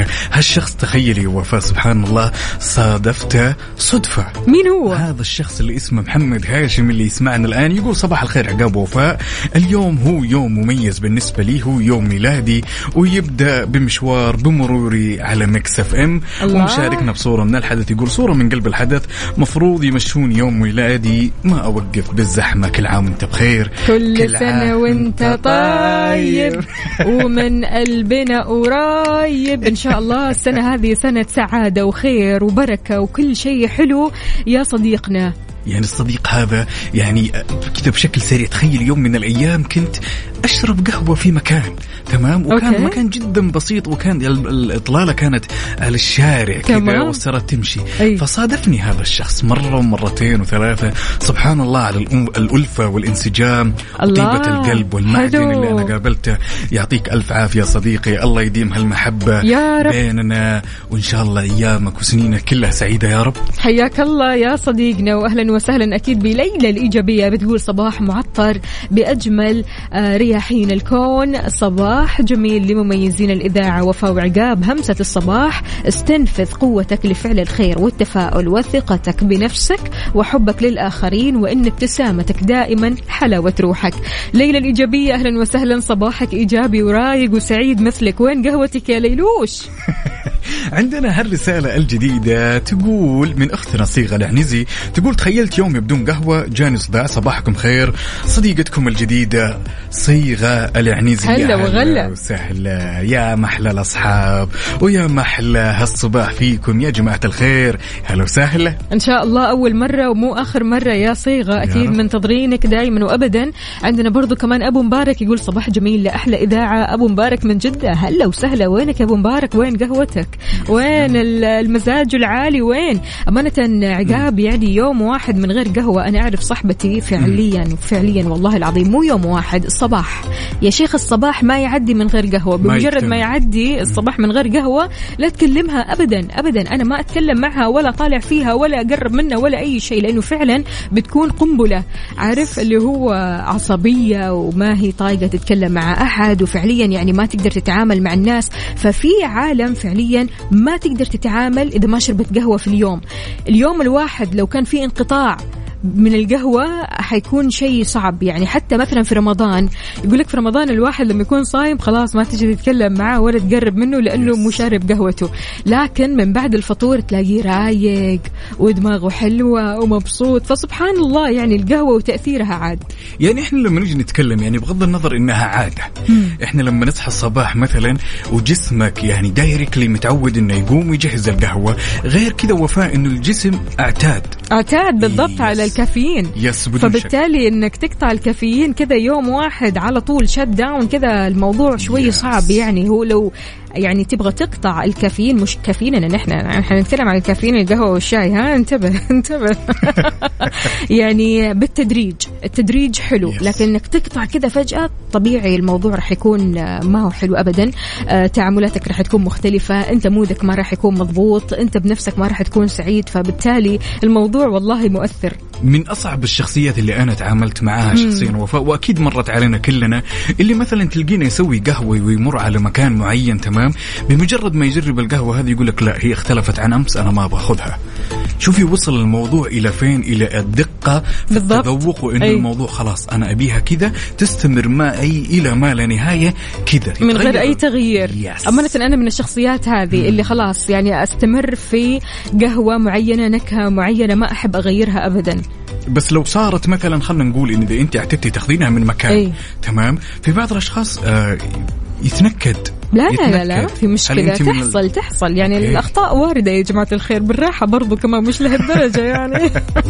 هالشخص تخيلي وفاء سبحان الله صادفته صدفة. مين هو؟ هذا الشخص اللي اسمه محمد هاشم اللي يسمعنا الآن. يقول صباح الخير عقاب وفاء، اليوم هو يوم مميز بالنسبة لي، هو يوم ميلادي ويبدأ بمشوار بمروري على ميكس اف ام، ومشاركنا بصورة من الحدث. يقول صورة من قلب الحدث، مفروض يمشون يوم ميلادي ما أوقف بالزحمة، كل عام وانت بخير، كل, كل سنة وانت طيب ومن قلبنا قريب. إن شاء الله السنة هذه سنة سعادة وخير وبركة وكل شيء حلو يا صديقنا. يعني الصديق هذا يعني كده بشكل سريع، تخيل يوم من الأيام كنت أشرب قهوة في مكان، تمام، وكان أوكي. مكان جدا بسيط، وكان الإطلالة كانت على الشارع كده والسيارات تمشي. أي. فصادفني هذا الشخص مرة ومرتين وثلاثة، سبحان الله على الألفة والانسجام وطيبة القلب والمعدن اللي أنا قابلته. يعطيك ألف عافية صديقي، الله يديم هالمحبة يا رب بيننا، وإن شاء الله أيامك وسنينك كلها سعيدة يا رب. حياك الله يا صديقنا، وأهلا وسهلا أكيد بليلى الإيجابية. بتقول صباح معطر بأجمل رياحين الكون، صباح جميل لمميزين الإذاعة وفاء وعقاب. همسة الصباح، استنفذ قوتك لفعل الخير والتفاؤل وثقتك بنفسك وحبك للآخرين، وإن ابتسامتك دائما حلاوة روحك. ليلى الإيجابية أهلا وسهلا، صباحك إيجابي ورايق وسعيد مثلك. وين قهوتك يا ليلوش؟ عندنا هالرسالة الجديدة تقول من أختنا صيغة العنزي، تقول تخيلت يومي بدون قهوة جاني صداع. صباحكم خير، صديقتكم الجديدة صيغة العنزي. هلا وغلا وسهلا، يا محلى الأصحاب ويا محلى هالصباح فيكم يا جماعة الخير. هلا وسهلا، إن شاء الله أول مرة ومو آخر مرة يا صيغة، أكيد منتظرينك دائما وأبدا. عندنا برضو كمان أبو مبارك يقول صباح جميل لأحلى إذاعة. أبو مبارك من جدة، هلا وسهلا. وينك يا أبو مبارك؟ وين قهوتك؟ وين المزاج العالي؟ وين أمانة عقاب؟ يعني يوم واحد من غير قهوة، أنا أعرف صاحبتي فعليا فعليا والله العظيم مو يوم واحد، الصباح يا شيخ الصباح ما يعدي من غير قهوة. بمجرد ما يعدي الصباح من غير قهوة لا تكلمها أبدا أبدا، أنا ما أتكلم معها ولا طالع فيها ولا أقرب منها ولا أي شيء، لأنه فعلا بتكون قنبلة، عارف اللي هو عصبية وما هي طايقة تتكلم مع أحد، وفعليا يعني ما تقدر تتعامل مع الناس. ففي عالم فعليا ما تقدر تتعامل إذا ما شربت قهوة في اليوم. اليوم الواحد لو كان في انقطاع من القهوة حيكون شيء صعب. يعني حتى مثلا في رمضان يقولك في رمضان الواحد لما يكون صايم خلاص ما تجي تتكلم معه ولا تقرب منه لأنه مو شارب قهوته، لكن من بعد الفطور تلاقيه رايق ودماغه حلوة ومبسوط. فسبحان الله يعني القهوة وتأثيرها عاد. يعني إحنا لما نيجي نتكلم يعني بغض النظر إنها عادة، إحنا لما نصحى الصباح مثلا وجسمك يعني دايركلي متعود إنه يقوم ويجهز القهوة، غير كذا وفاء إنه الجسم اعتاد اعتاد بالضبط على الكافيين، فبالتالي شك. انك تقطع الكافيين كذا يوم واحد على طول شت داون كذا الموضوع شوي يس. صعب. يعني هو لو يعني تبغى تقطع الكافيين، مش كافيين نحن احنا نتكلم عن الكافيين القهوة والشاي، ها انتبه انتبه يعني بالتدريج، التدريج حلو يس. لكن انك تقطع كذا فجأة طبيعي الموضوع راح يكون ما هو حلو ابدا. آه تعاملاتك راح تكون مختلفة، انت مودك ما راح يكون مضبوط، انت بنفسك ما راح تكون سعيد، فبالتالي الموضوع والله مؤثر. من أصعب الشخصيات اللي أنا تعاملت معها شخصيا وفاء، وأكيد مرت علينا كلنا، اللي مثلا تلقينا يسوي قهوة ويمر على مكان معين تمام، بمجرد ما يجرب القهوة هذه يقولك لا هي اختلفت عن أمس أنا ما باخذها. شوفي وصل الموضوع إلى فين، إلى الدقة في التذوق، وإن أي. الموضوع خلاص أنا أبيها كذا تستمر معي إلى ما لا نهاية كذا من غير أي تغيير. yes. أمانة أنا من الشخصيات هذه hmm. اللي خلاص يعني أستمر في قهوة معينة، نكهة معينة ما أحب أغيرها أبدا. بس لو صارت مثلا خلنا نقول إن إذا أنت اعتدتي تاخذينها من مكان أي. تمام، في بعض الأشخاص آه يتنكد. لا لا لا لا في مشكلة تحصل ال... تحصل يعني إيه؟ الأخطاء واردة يا جماعة الخير، بالراحة برضو كمان مش لهالدرجة يعني.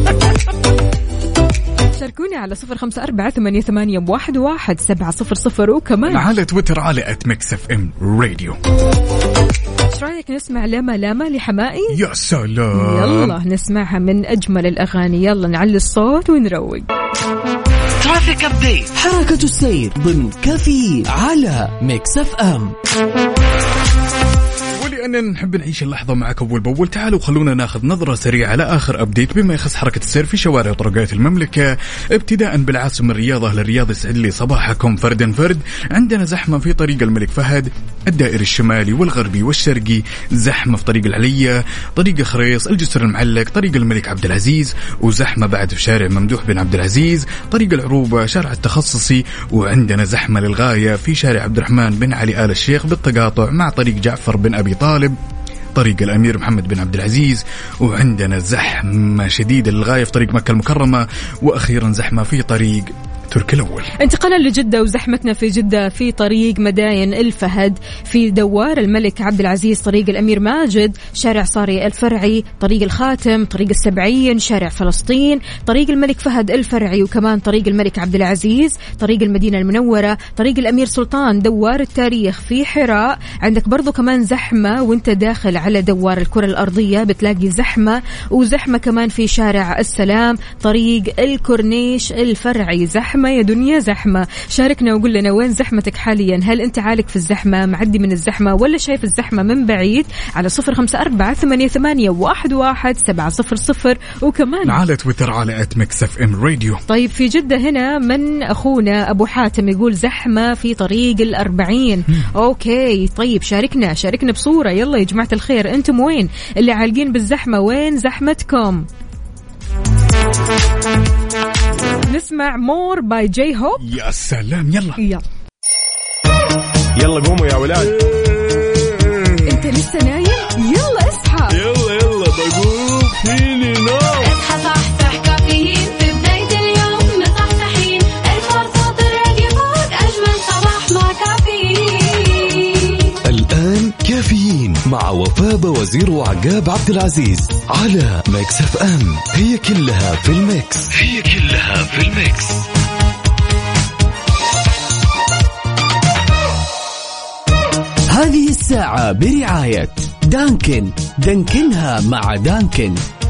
شاركوني على صفر خمسة أربعة ثمانية ثمانية واحد واحد سبعة صفر صفر، وكمان على تويتر على آت ميكس إف إم راديو. ايش رايك نسمع لما لما لحمائي؟ يا سلام، يلا نسمعها من أجمل الأغاني. يلا نعلي الصوت ونروق. ترافيك أبديت، حركة السير ضمن كافيين على ميكس إف إم. اننا نحب نعيش اللحظه معك اول باول. تعالوا خلونا ناخذ نظره سريعه على اخر ابديت بما يخص حركه السير في شوارع وطرقات المملكه، ابتداء بالعاصمه الرياض. اهل الرياض يسعد لي صباحكم فردا فرد. عندنا زحمه في طريق الملك فهد، الدائري الشمالي والغربي والشرقي، زحمه في طريق العليه، طريق خريص، الجسر المعلق، طريق الملك عبد العزيز، وزحمه بعد في شارع ممدوح بن عبد العزيز، طريق العروبه، شارع التخصصي، وعندنا زحمه للغايه في شارع عبد الرحمن بن علي آل الشيخ بالتقاطع مع طريق جعفر بن أبي طالب، طريق الأمير محمد بن عبد العزيز، وعندنا زحمة شديدة للغاية في طريق مكة المكرمة، وأخيرا زحمة في طريق تركي الأول. انتقالا لجدة وزحمتنا في جدة في طريق مداين الفهد، في دوار الملك عبد العزيز، طريق الأمير ماجد، شارع صاري الفرعي، طريق الخاتم، طريق السبعين، شارع فلسطين، طريق الملك فهد الفرعي، وكمان طريق الملك عبد العزيز، طريق المدينة المنورة، طريق الأمير سلطان، دوار التاريخ في حراء. عندك برضو كمان زحمة وانت داخل على دوار الكرة الأرضية، بتلاقي زحمة، وزحمة كمان في شارع السلام، طريق الكورنيش الفرعي، زحمة يا دنيا زحمة. شاركنا وقول لنا وين زحمتك حاليا، هل انت عالق في الزحمة، معدي من الزحمة، ولا شايف الزحمة من بعيد؟ على صفر خمسة أربعة ثمانية ثمانية واحد واحد سبعة صفر صفر، وكمان على تويتر على ات ميكس اف ام راديو. طيب في جدة هنا من أخونا أبو حاتم يقول زحمة في طريق الأربعين. أوكي طيب شاركنا شاركنا بصورة، يلا يا جماعة الخير، أنتم وين اللي عالقين بالزحمة؟ وين زحمتكم؟ نسمع مور باي جي هوب. يا سلام، يلا يلا يلا قوموا يا ولاد. انت لسه نايم؟ يلا اصحى. يلا يلا بقوم فيني نوم. اصحى صحصح كافيين في بداية اليوم مصحصحين، الفرصة الراديو فوق أجمل صباح مع كافيين. الآن كافيين مع وفاء وزير وعقاب عبد العزيز على ميكس اف ام. هي كلها في الميكس، هي كلها في الميكس. هذه الساعة برعاية دانكن، دانكنها مع دانكن.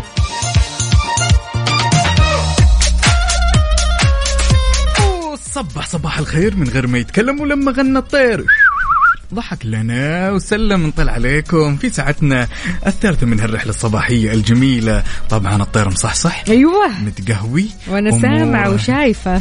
صبح صباح الخير من غير ما يتكلم، ولما غنى الطير ضحك لنا وسلم. نطلع عليكم في ساعتنا الثالثة من هالرحلة الصباحية الجميلة. طبعا الطير مصحصح، أيوة متقهوي، وأنا سامعة وشايفة.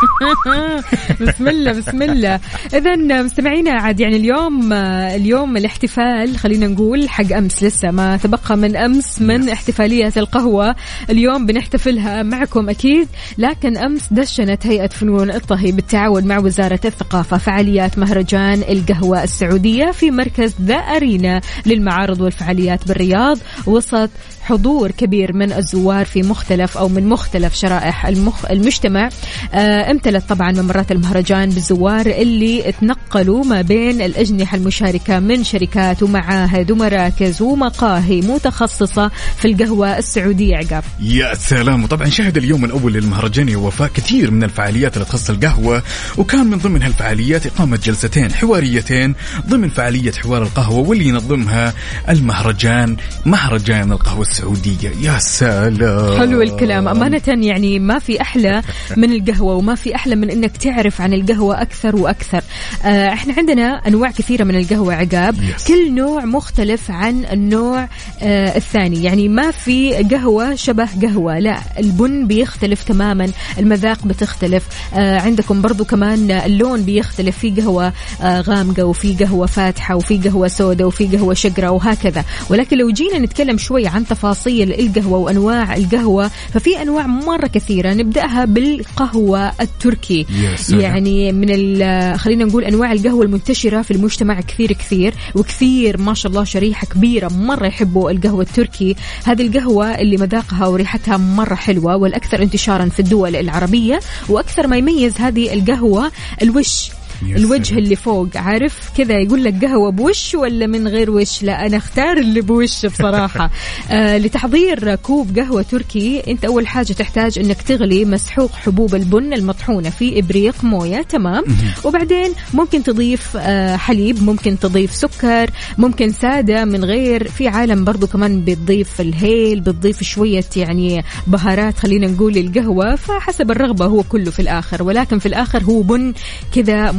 بسم الله بسم الله. إذن مستمعينا عاد يعني اليوم اليوم الاحتفال، خلينا نقول حق أمس، لسه ما تبقى من أمس من احتفالية القهوة. اليوم بنحتفلها معكم أكيد، لكن أمس دشنت هيئة فنون الطهي بالتعاون مع وزارة الثقافة فعاليات مهرجان القهوة السعودية في مركز ذا أرينا للمعارض والفعاليات بالرياض، وسط حضور كبير من الزوار في مختلف أو من مختلف شرائح المخ المجتمع. آه امتلت طبعا ممرات المهرجان بالزوار اللي تنقلوا ما بين الأجنحة المشاركة من شركات ومعاهد ومراكز ومقاهي متخصصة في القهوة السعودية. عقاب يا سلام. وطبعا شهد اليوم الأول للمهرجان يا وفاء كثير من الفعاليات اللي تخص القهوة، وكان من ضمن هالفعاليات إقامة جلستين حواريتين ضمن فعالية حوار القهوة، واللي ينظمها المهرجان مهرجان القهوة السعودية. يا سلام، حلو الكلام أمانة. يعني ما في أحلى من القهوة، وما في أحلى من أنك تعرف عن القهوة أكثر وأكثر. آه إحنا عندنا أنواع كثيرة من القهوة عقاب، yes. كل نوع مختلف عن النوع آه الثاني. يعني ما في قهوة شبه قهوة، لا، البن بيختلف تماما، المذاق بتختلف. آه عندكم برضو كمان اللون بيختلف، في قهوة آه غامقة، وفي قهوة فاتحة، وفي قهوة سوداء، وفي قهوة شقرة، وهكذا. ولكن لو جينا نتكلم شوي عن تفاصيل القهوة وأنواع القهوة، ففي أنواع مرة كثيرة. نبدأها بالقهوة التركي. يعني من خلينا نقول أنواع القهوة المنتشرة في المجتمع كثير كثير وكثير ما شاء الله، شريحة كبيرة مرة يحبوا القهوة التركي. هذه القهوة اللي مذاقها وريحتها مرة حلوة، والأكثر انتشارا في الدول العربية. وأكثر ما يميز هذه القهوة الوش، الوجه اللي فوق، عارف كذا، يقول لك قهوة بوش ولا من غير وش؟ لا، أنا اختار اللي بوش بصراحة. آه لتحضير كوب قهوة تركي، أنت أول حاجة تحتاج أنك تغلي مسحوق حبوب البن المطحونة في إبريق موية، تمام. وبعدين ممكن تضيف آه حليب، ممكن تضيف سكر، ممكن سادة من غير. في عالم برضو كمان بتضيف الهيل، بتضيف شوية يعني بهارات، خلينا نقول القهوة، فحسب الرغبة هو كله في الآخر. ولكن في الآخر هو بن كذا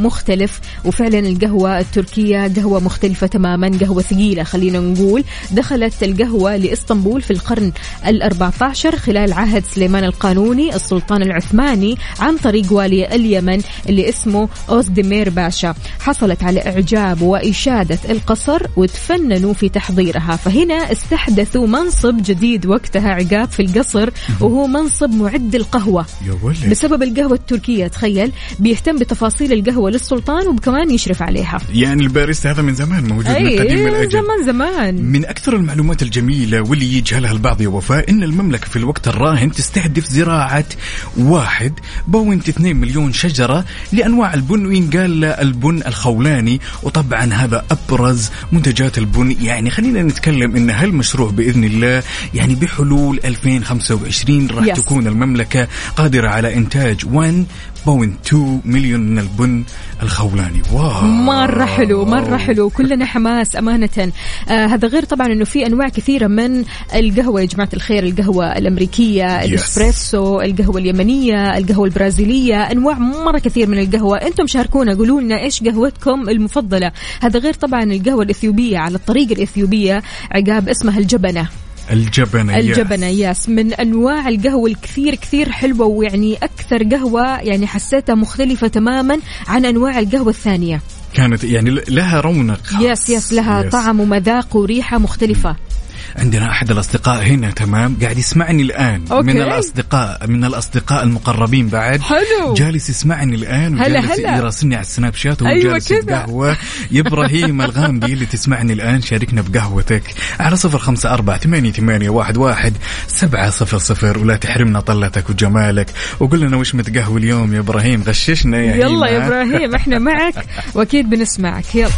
مختلف. وفعلا القهوة التركية قهوة مختلفة تماما، قهوة ثقيلة خلينا نقول. دخلت القهوة لإسطنبول في القرن الأربعة عشر خلال عهد سليمان القانوني السلطان العثماني عن طريق والي اليمن اللي اسمه أوزدمير باشا. حصلت على إعجاب وإشادة القصر وتفننوا في تحضيرها، فهنا استحدثوا منصب جديد وقتها عقاب في القصر وهو منصب معد القهوة بسبب القهوة التركية. تخيل بيهتم بتفاصيل القهوة للسلطان وكمان يشرف عليها. يعني الباريستا هذا من زمان موجود من قديم الأجل. زمان زمان. من أكثر المعلومات الجميلة واللي يجهلها البعض يا وفاء إن المملكة في الوقت الراهن تستهدف زراعة واحد بوينت اثنين مليون شجرة لأنواع البن، وينقال البن الخولاني، وطبعا هذا أبرز منتجات البن. يعني خلينا نتكلم إن هالمشروع بإذن الله يعني بحلول ألفين وخمسة وعشرين راح yes. تكون المملكة قادرة على إنتاج واحد فاصلة اثنين مليون من البن الخولاني. واو مرة حلو مرة حلو، كلنا حماس أمانة. آه هذا غير طبعا أنه في أنواع كثيرة من القهوة يا جماعة الخير، القهوة الأمريكية، الإسبريسو، القهوة اليمنية، القهوة البرازيلية، أنواع مرة كثير من القهوة. أنتم شاركونا قولوا لنا إيش قهوتكم المفضلة. هذا غير طبعا القهوة الإثيوبية على الطريقة الإثيوبية عقاب اسمها الجبنة. الجبنة الجبنة ياس من أنواع القهوة الكثير كثير حلوة، ويعني أكثر قهوة يعني حسيتها مختلفة تماما عن أنواع القهوة الثانية. كانت يعني لها رونق خاص. ياس ياس لها يس. طعم ومذاق وريحة مختلفة. عندنا أحد الأصدقاء هنا تمام قاعد يسمعني الآن. أوكي. من الأصدقاء من الأصدقاء المقربين بعد. حلو. جالس يسمعني الآن وجالس يراسلني على السناب شات وهو أيوة جالس قهوة. يا إبراهيم الغامدي اللي تسمعني الآن شاركنا بقهوتك على صفر خمسة أربعة ثمانية ثمانية واحد واحد سبعة صفر صفر، ولا تحرمنا طلتك وجمالك. وقل لنا وش متقهوى اليوم يا إبراهيم، غششنا يا يلا يا إبراهيم احنا معك وأكيد بنسمعك. يلا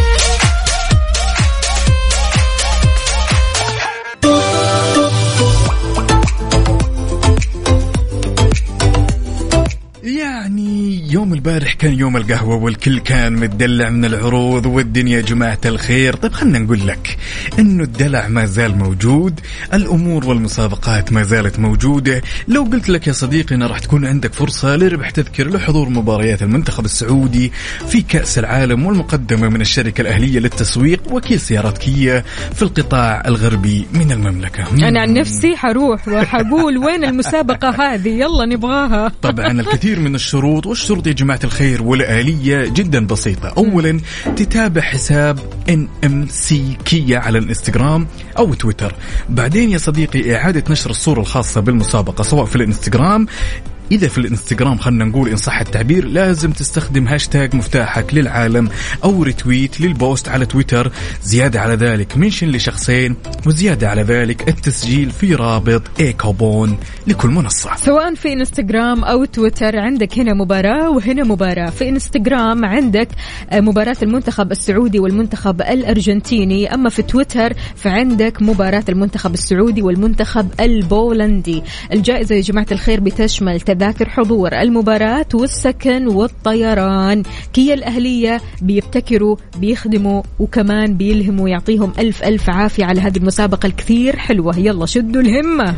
يعني يوم البارح كان يوم القهوة والكل كان متدلع من العروض والدنيا جماعة الخير. طيب خلنا نقول لك إنه الدلع ما زال موجود، الأمور والمسابقات ما زالت موجودة. لو قلت لك يا صديقي إن راح تكون عندك فرصة لربح تذكر لحضور مباريات المنتخب السعودي في كأس العالم والمقدمة من الشركة الأهلية للتسويق وكيل سيارات كيا في القطاع الغربي من المملكة. أنا عن نفسي حروح وحقول وين المسابقة هذه، يلا نبغاها. طبعا الكثير من الشروط، والشروط يا جماعة الخير والآلية جدا بسيطة. أولا تتابع حساب إن إم سي كيا على الانستغرام أو تويتر. بعدين يا صديقي إعادة نشر الصورة الخاصة بالمسابقة سواء في الانستغرام، إذا في الانستغرام خلنا نقول إن صح التعبير لازم تستخدم هاشتاج مفتاحك للعالم أو ريتويت للبوست على تويتر. زيادة على ذلك منشن لشخصين، وزيادة على ذلك التسجيل في رابط إيكوبون لكل منصة سواء في انستغرام أو تويتر. عندك هنا مباراة وهنا مباراة. في انستغرام عندك مباراة المنتخب السعودي والمنتخب الأرجنتيني، أما في تويتر فعندك مباراة المنتخب السعودي والمنتخب البولندي. الجائزة يا جماعة الخير بتشمل تذاكر حضور المباراة والسكن والطيران. كيا الأهلية بيبتكروا بيخدموا وكمان بيلهموا. يعطيهم ألف ألف عافية على هذه المسابقة الكثير حلوة. يلا شدوا الهمة.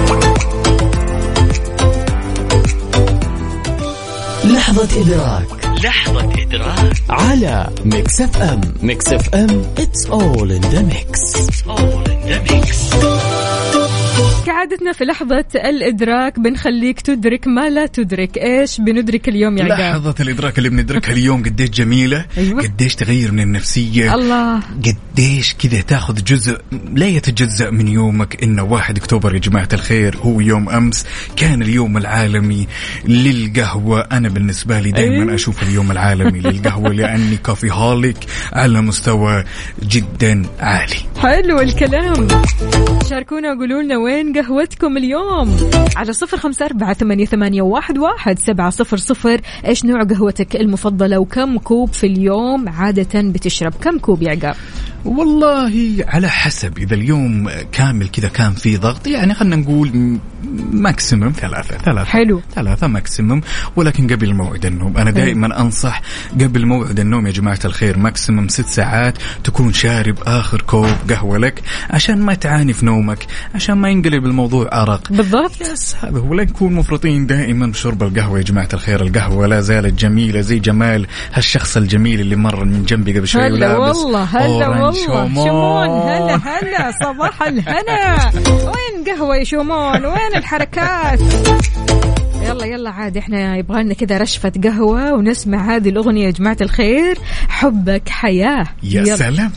لحظة إدراك لحظة إدراك على ميكس اف ام. ميكس اف ام it's all in the mix. It's all in the mix. كعادتنا في لحظة الإدراك بنخليك تدرك ما لا تدرك. إيش بندرك اليوم يا عقاب؟ لحظة الإدراك اللي بندركها اليوم قديش جميلة. أيوة. قديش تغير من النفسية. الله. قديش كذا تاخذ جزء لا يتجزأ من يومك. إنه واحد أكتوبر يا جماعة الخير هو يوم أمس كان اليوم العالمي للقهوة. أنا بالنسبة لي دائما أيوة. أشوف اليوم العالمي للقهوة لأني كافي هوليك على مستوى جدا عالي. حلو الكلام. شاركونا وقولوا لنا وين قهوتكم اليوم على صفر خمسة أربعة ثمانية ثمانية واحد واحد سبعة صفر صفر. إيش نوع قهوتك المفضلة وكم كوب في اليوم عادة بتشرب؟ كم كوب يا عقاب؟ والله على حسب، إذا اليوم كامل كذا كان في ضغط يعني خلنا نقول ماكسيمم ثلاثة ثلاثة حلو ثلاثة ماكسيمم، ولكن قبل موعد النوم أنا دائما أنصح قبل موعد النوم يا جماعة الخير ماكسيمم ست ساعات تكون شارب آخر كوب قهوة لك عشان ما تعاني في نومك، عشان ما ينقلب الموضوع عرق. بالضبط يس هذا هو. لا نكون مفرطين دائما بشرب القهوة يا جماعة الخير. القهوة لا زالت جميلة زي جمال هالشخص الجميل اللي مر من جنبي قبل شوي هلا ولابس والله هلا والله شومون. شومون هلا هلا صباح الهنا. وين قهوة يا شومون؟ وين الحركات؟ يلا يلا عاد احنا يبغالنا كذا رشفة قهوة ونسمع هذه الأغنية يا جماعة الخير، حبك حياة. يا يلا. سلام.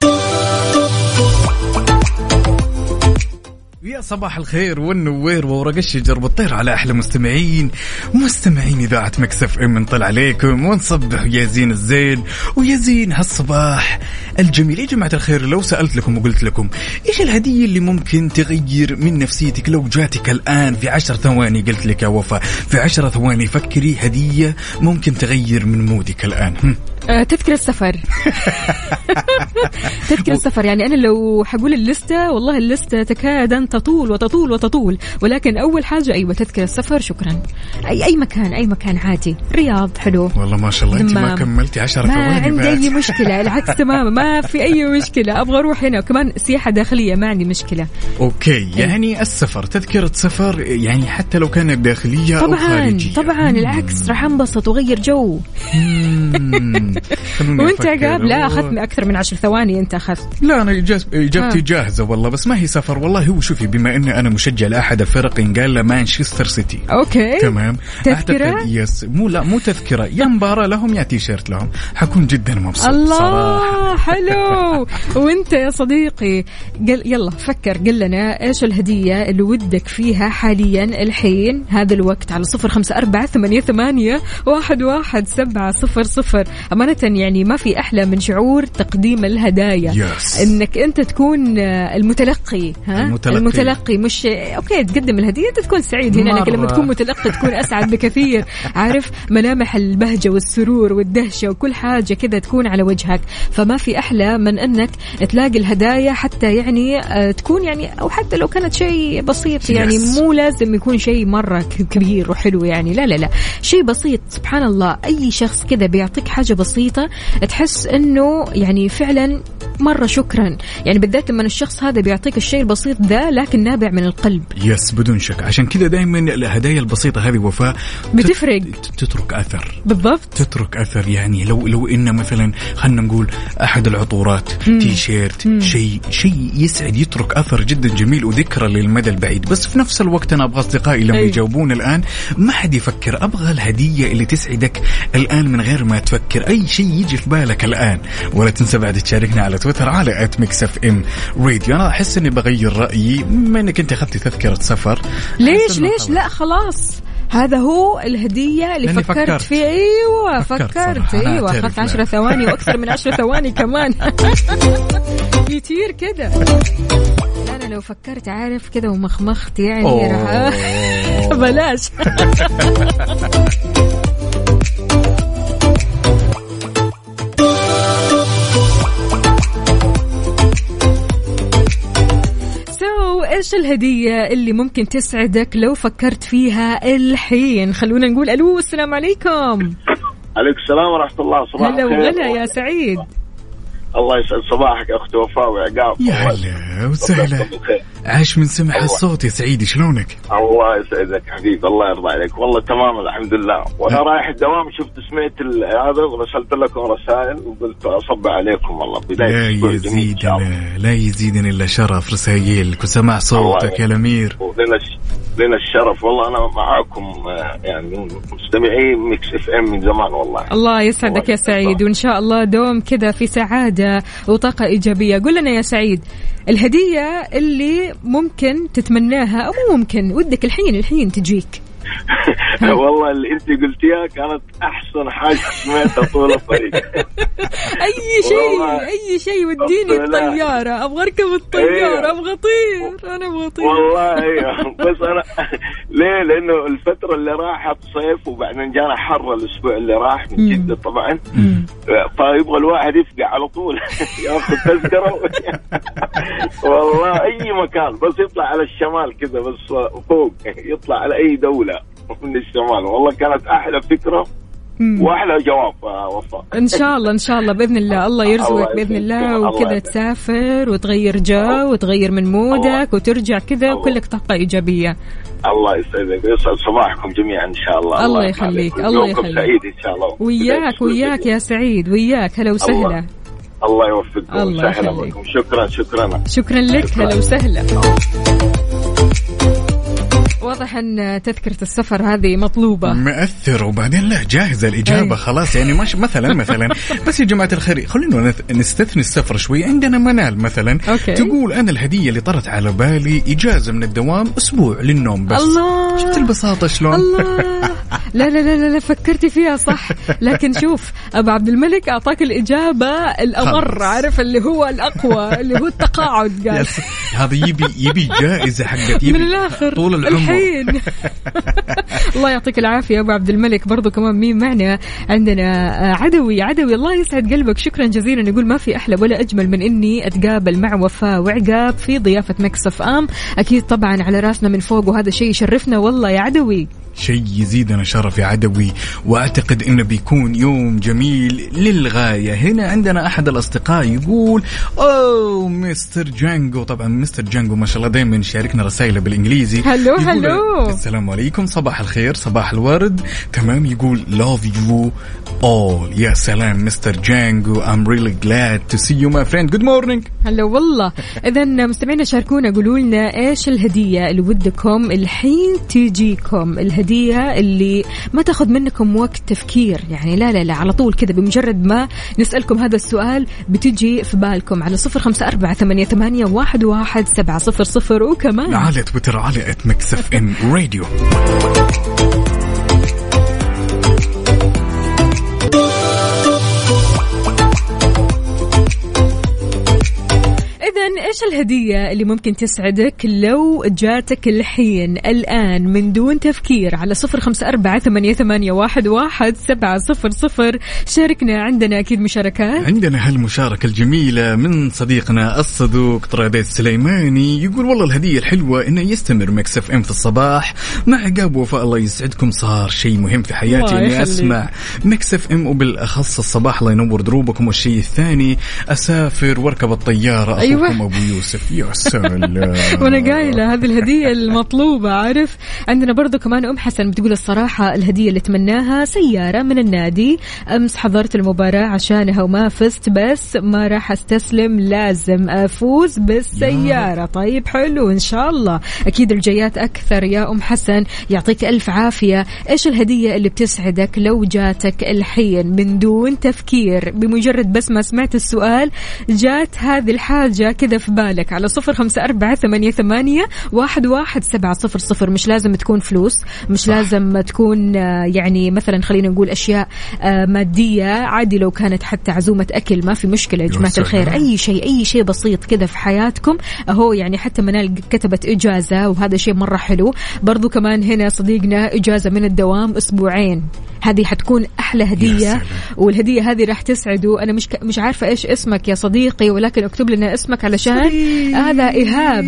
يا صباح الخير والنوير وورق الشجر والطير على أحلى مستمعين مستمعين إذاعة مكس اف ام. نطلع عليكم ونصبح يا زين الزين ويا زين هالصباح الجميل. يا جماعة الخير لو سألت لكم وقلت لكم إيش الهدية اللي ممكن تغير من نفسيتك لو جاتك الآن في عشر ثواني، قلت لك يا وفاء في عشر ثواني فكري هدية ممكن تغير من مودك الآن. هم. أه تذكر السفر. تذكر السفر. يعني أنا لو حقول اللستة والله اللستة تكاد أن تطول وتطول وتطول، ولكن أول حاجة أيوة تذكر السفر. شكرا. أي أي مكان أي مكان عادي. رياض حلو والله ما شاء الله أنت ما كملتي عشر ثواني. ما عندي أي مشكلة العكس تماما ما في أي مشكلة. أبغى أروح هنا وكمان سياحة داخلية ما عندي مشكلة. أوكي يعني السفر تذكرة سفر يعني حتى لو كانت داخلية طبعا أو خارجية. طبعا العكس راح أنبسط وغير جو. وانت عقاب لا أخذني أكثر من عشر ثواني أنت أخذت. لا أنا إجابتي جاهزة والله، بس ما هي سفر والله. هو شوفي بما أن أنا مشجع لأحد الفرق قال له مانشستر سيتي. أوكي تمام. تذكرة يس مو لا مو تذكرة يا مباراة لهم يا تيشيرت لهم، حكون جدا مبسوط. الله صراحة. حلو. وانت يا صديقي قل يلا فكر قل لنا ايش الهدية اللي ودك فيها حاليا الحين هذا الوقت على صفر خمسة أربعة ثمانية ثمانية واحد واحد سبعة صفر صفر. أمانة يعني ما في أحلى من شعور تقديم الهدايا. yes. إنك أنت تكون المتلقي. ها؟ المتلقي. المتلقي مش أوكي تقدم الهدية أنت تكون سعيد هنا، لكن لما تكون متلقي تكون أسعد بكثير. عارف ملامح البهجة والسرور والدهشة وكل حاجة كذا تكون على وجهك. فما في أحلى من أنك تلاقي الهدايا حتى يعني تكون يعني أو حتى لو كانت شيء بسيط يعني yes. مو لازم يكون شيء مرة كبير وحلو يعني لا لا لا شيء بسيط. سبحان الله أي شخص كذا بيعطيك حاجة بسيطة تحس أنه يعني فعلا مرة شكرا، يعني بالذات لما الشخص هذا بيعطيك الشيء البسيط ذا لكن نابع من القلب. يس بدون شك. عشان كذا دائما الهدايا البسيطة هذه وفاء بتفرق، تترك أثر. بالضبط تترك أثر. يعني لو لو إن مثلا خلنا نقول أحد العطورات مم. تي شيرت شيء شيء يسعد يترك أثر جدا جميل وذكرى للمدى البعيد. بس في نفس الوقت أنا أبغى أصدقائي لما أي. يجاوبون الآن ما حد يفكر، أبغى الهدية اللي تسعدك الآن من غير ما تفكر أي شيء يجي في بالك الآن. ولا تنسى بعد تشاركنا على تويتر على آت ميكس اف ام راديو. أنا أحس إني بغير رأيي بما إنك أنت أخذتي تذكرة سفر. ليش ليش لا خلاص هذا هو الهدية اللي فكرت, فكرت فيه. أيوة فكرت, فكرت. أيوة أخذت عشر ثواني وأكثر من عشر ثواني كمان. كتير كده. أنا لو فكرت عارف كده ومخمخت يعني راح بلاش. إيش الهدية اللي ممكن تسعدك لو فكرت فيها الحين؟ خلونا نقول ألو السلام عليكم. عليكم السلام ورحمة الله. صباح الخير. هلا وغلا يا سعيد. الله يسعد صباحك أختي وفاء وعقاب. يا هلا وسهلا. عاش من سمع الصوت يا سعيد، شلونك؟ الله يسعدك حبيبي الله يرضى عليك. والله تمام الحمد لله. وأنا أه. رايح الدوام شفت سمعت هذا ورسلت لكم رسائل وقلت أصب عليكم. والله بداية لا يزيدنا لا يزيدنا إلا شرف رسائلك وسمع صوتك يا الأمير. لنا الشرف والله. أنا معاكم يعني مستمعين ميكس اف ام من زمان والله. الله يسعدك يا سعيد وإن شاء الله دوم كذا في سعادة وطاقة إيجابية. قل لنا يا سعيد الهدية اللي ممكن تتمناها أو ممكن ودك الحين الحين تجيك. والله اللي انت قلتيها كانت احسن حاجه سمعتها طول الطريق. اي شيء اي شيء وديني الطياره، ابغى اركب الطياره، ابغى اطير، انا ابغى اطير والله. ايوه بس انا ليه؟ لانه الفتره اللي راحت صيف وبعدين جانا حر الاسبوع اللي راح من جده طبعا، فيبغى الواحد يفقع على طول ياخذ تذكره. والله اي مكان بس يطلع على الشمال كذا، بس فوق يطلع على اي دوله من الشمال. والله كانت احلى فكره واحلى جواب وفاء. ان شاء الله ان شاء الله باذن الله، الله يرزقك باذن الله، وكذا تسافر وتغير جو وتغير من مودك وترجع كذا وكلك طاقه ايجابيه. الله يسعدك ويسعد صباحكم جميعا ان شاء الله. الله يخليك الله يخليك. سعيد ان شاء الله. وياك وياك يا سعيد، وياك. هلا وسهلا. الله يوفقكم. الله يخليك. شكرا شكرا شكرا لك. هلا وسهلا. واضح أن تذكرة السفر هذه مطلوبة. مأثر وبعدين لا جاهزة الإجابة. أي. خلاص يعني مش مثلا مثلا بس يا جماعة الخير خلينا نستثني السفر شوي. عندنا منال مثلا أوكي. تقول أنا الهدية اللي طرت على بالي إجازة من الدوام أسبوع للنوم بس. الله. شفت البساطة شلون؟ الله. لا لا لا لا فكرتي فيها صح، لكن شوف أبو عبد الملك أعطاك الإجابة الأمر، عارف اللي هو الأقوى اللي هو التقاعد. قال هذا يبي يبي جائزة حقت يبي من الآخر طول العمر. الله يعطيك العافية أبو عبد الملك. برضو كمان مين معنا؟ عندنا عدوي. عدوي الله يسعد قلبك، شكرا جزيلا. يقول ما في أحلى ولا أجمل من إني أتقابل مع وفاء وعقاب في ضيافة ميكس اف ام. أكيد طبعا على راسنا من فوق، وهذا شيء يشرفنا والله يا عدوي. شيء يزيدنا شرف يا عدوي، وأعتقد إنه بيكون يوم جميل للغاية. هنا عندنا أحد الأصدقاء يقول أوه مستر جانجو. طبعا مستر جانجو ما شاء الله دايما يشاركنا رسائله بالإنجليزي. هلو هلو السلام عليكم، صباح الخير، صباح الورد. تمام يقول love you all. يا سلام مستر جانجو، I'm really glad to see you my friend. good morning. هلا والله. إذا مستمعينا شاركونا، قولوا لنا إيش الهدية اللي ودكم الحين تيجيكم، الهدية اللي ما تاخذ منكم وقت تفكير، يعني لا لا لا على طول كذا بمجرد ما نسألكم هذا السؤال بتجي في بالكم على صفر خمسة أربعة ثمانية ثمانية واحد واحد سبعة صفر صفر، وكمان على تويتر على ات ميكس اف ام راديو. إذن إيش الهدية اللي ممكن تسعدك لو جاتك الحين الآن من دون تفكير على صفر خمسة أربعة ثمانية ثمانية واحد واحد سبعة صفر صفر. شاركنا، عندنا أكيد مشاركات. عندنا هالمشاركة الجميلة من صديقنا الصدوق طرابيس السليماني. يقول والله الهدية الحلوة إنه يستمر ميكس اف ام في الصباح مع عقاب وفاء. الله يسعدكم، صار شيء مهم في حياتي إني أسمع ميكس اف ام، وبالأخص الصباح الله ينور دروبكم. والشيء الثاني أسافر واركب الطيارة. أيوة. أبو يوسف يا سلام. وانا قايله هذه الهديه المطلوبه. عارف عندنا برضو كمان ام حسن بتقول الصراحه الهديه اللي اتمناها سياره من النادي. امس حضرت المباراه عشانها وما فزت، بس ما راح استسلم، لازم افوز بالسياره. طيب حلو ان شاء الله، اكيد الجايات اكثر يا ام حسن، يعطيك الف عافيه. ايش الهديه اللي بتسعدك لو جاتك الحين من دون تفكير، بمجرد بس ما سمعت السؤال جات هذه الحاجه كذا في بالك على صفر خمسة أربعة ثمانية ثمانية واحد واحد سبعة صفر صفر. مش لازم تكون فلوس، مش صح. لازم تكون يعني مثلا خلينا نقول أشياء مادية، عادي لو كانت حتى عزومة أكل ما في مشكلة يا جماعة الخير. أي شيء أي شيء بسيط كذا في حياتكم أهو. يعني حتى منال كتبت إجازة وهذا شيء مرة حلو. برضو كمان هنا صديقنا إجازة من الدوام أسبوعين، هذه حتكون أحلى هدية، والهدية هذه راح تسعده. أنا مش ك... مش عارفة إيش اسمك يا صديقي، ولكن اكتب لنا اسمك علشان هذا إيهاب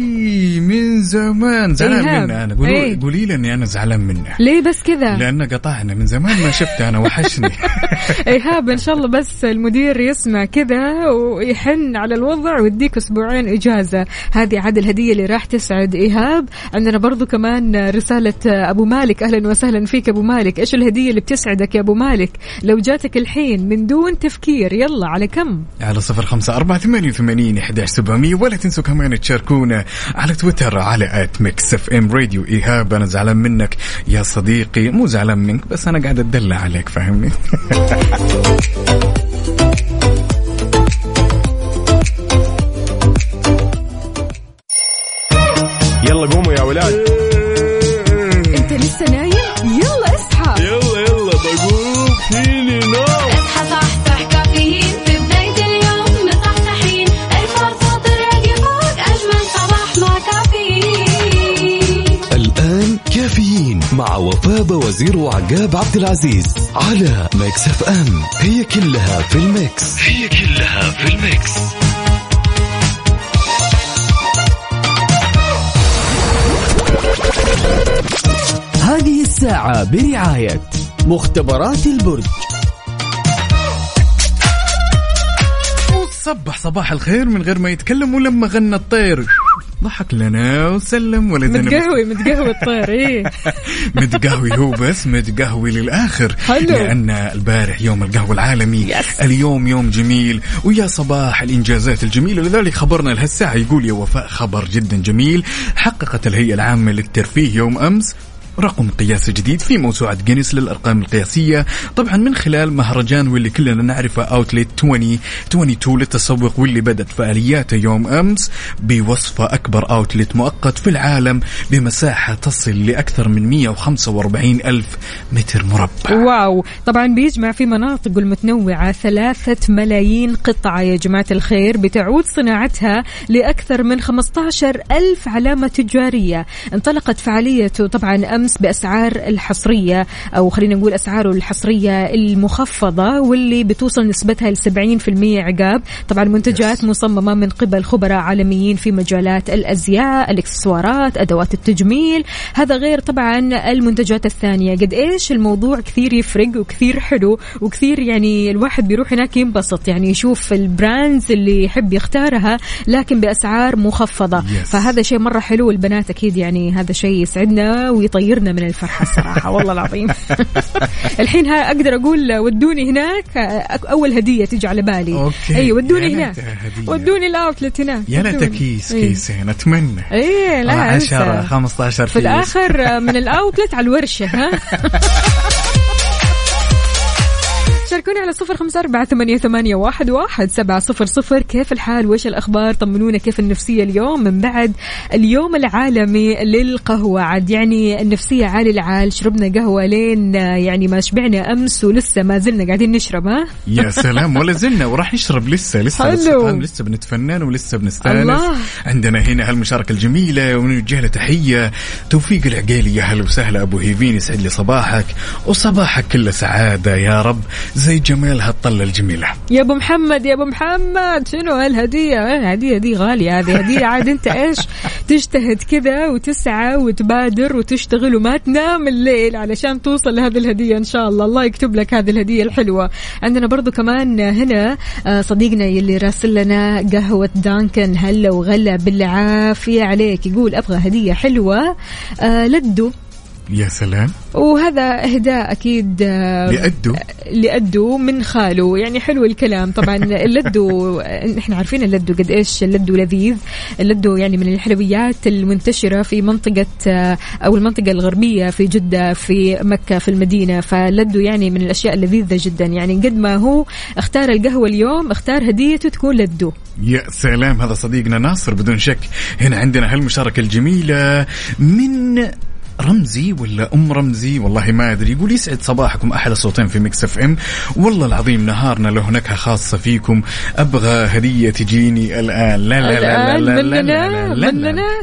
من زمان زعلان منه. أنا قولي ايه؟ قولي لي إني أنا زعلان منه. ليه بس كذا؟ لأنه قطعنا من زمان ما شفته أنا، وحشني. إيهاب إن شاء الله بس المدير يسمع كذا ويحن على الوضع ويديك أسبوعين إجازة. هذه عاد الهدية اللي راح تسعد إيهاب. عندنا برضو كمان رسالة أبو مالك، أهلا وسهلا فيك أبو مالك. إيش الهدية اللي بتسعدك يا أبو مالك لو جاتك الحين من دون تفكير؟ يلا على كم؟ على صفر خمسة أربعة ثمانية ثمانين إحدى عشر سبعمية. ولا تنسوا كمان تشاركونا على تويتر على آت ميكس اف ام راديو. إيهاب أنا زعلان منك يا صديقي، مو زعلان منك بس أنا قاعد أدلع عليك، فاهمني؟ يلا قوموا يا ولاد. انت لسه وفاء وزير وعقاب عبد العزيز على ميكس اف ام. هي كلها في الميكس. هي كلها في الميكس. هذه الساعة برعاية مختبرات البرج. صبح صباح الخير من غير ما يتكلم، ولما غنى الطير ضحك لنا وسلم ولدنا. متقهوي متقهوي الطير ايه متقهوي هو بس متقهوي للآخر. حلو. لأن البارح يوم القهوة العالمي. يس. اليوم يوم جميل ويا صباح الإنجازات الجميلة. لذلك خبرنا لهالساعة يقول يا وفاء خبر جدا جميل. حققت الهيئة العامة للترفيه يوم أمس رقم قياسي جديد في موسوعة جينيس للأرقام القياسية، طبعا من خلال مهرجان واللي كلنا نعرفه أوتليت ألفين واثنين وعشرين للتسوق، واللي بدأت فعالياته يوم أمس بوصفه أكبر أوتليت مؤقت في العالم بمساحة تصل لأكثر من مئة وخمسة وأربعين ألف متر مربع. واو، طبعا بيجمع في مناطق المتنوعة ثلاثة ملايين قطعة يا جماعة الخير، بتعود صناعتها لأكثر من خمسة عشر ألف علامة تجارية. انطلقت فعاليته طبعا أمس بأسعار الحصرية، أو خلينا نقول أسعاره الحصرية المخفضة، واللي بتوصل نسبتها ل سبعين بالمئة عقاب. طبعا منتجات مصممة من قبل خبراء عالميين في مجالات الأزياء، الإكسسوارات، أدوات التجميل. هذا غير طبعا المنتجات الثانية. قد إيش الموضوع كثير يفرق وكثير حلو وكثير يعني الواحد بيروح هناك ينبسط، يعني يشوف البراندز اللي يحب يختارها لكن بأسعار مخفضة. yes. فهذا شيء مرة حلو. البنات أكيد يعني هذا شيء يسعدنا ويطير من الفرحة الصراحة والله العظيم. الحين ها أقدر أقول ودوني هناك، أول هدية تيجي على بالي. أي ودوني هناك، ودوني الأوتلت هناك. يا لا كيس كيسين أتمنى. إيه لا عشرة خمسة عشر في الآخر من الأوتلت على الورشة. ها شاركوني على صفر خمسة أربعة ثمانية ثمانية واحد واحد سبعة صفر صفر. كيف الحال وإيش الأخبار؟ طمنونا كيف النفسية اليوم من بعد اليوم العالمي للقهوة. عاد يعني النفسية عالي العال، شربنا قهوة لين يعني ما شبعنا أمس ولسه ما زلنا قاعدين نشرب. ها يا سلام، ولا زلنا وراح نشرب لسه لسه لسه, لسه بنتفنن ولسه بنستانس. عندنا هنا هالمشاركة الجميلة ونوجه له تحية. توفيق العقيلي، يا هلا وسهلا أبو هيفين، يسعد لي صباحك وصباحك كله سعادة يا رب زي جمال هالطلة الجميلة. يا ابو محمد يا ابو محمد شنو هالهدية؟ الهدية دي غالية، هذه هدية عاد انت ايش تجتهد كذا وتسعى وتبادر وتشتغل وما تنام الليل علشان توصل لهذه الهدية ان شاء الله. الله يكتب لك هذه الهدية الحلوة. عندنا برضو كمان هنا صديقنا يلي راسل لنا قهوة دانكن، هلا وغلا بالعافية عليك، يقول ابغى هدية حلوة لدو. يا سلام، وهذا إهداء أكيد لأدو لأدو من خاله، يعني حلو الكلام. طبعا اللدو إحنا عارفين اللدو قد إيش اللدو لذيذ. اللدو يعني من الحلويات المنتشرة في منطقة أو المنطقة الغربية في جدة في مكة في المدينة، فاللدو يعني من الأشياء اللذيذة جدا. يعني قد ما هو اختار القهوة اليوم اختار هديته تكون لدو. يا سلام، هذا صديقنا ناصر بدون شك. هنا عندنا هالمشاركة الجميلة من رمزي ولا أم رمزي والله ما أدري، يقول يسعد صباحكم أحلى صوتين في ميكس اف ام، والله العظيم نهارنا له نكهة خاصة فيكم، أبغى هدية تجيني الآن. لا لا لا لا لا لا لا لا لا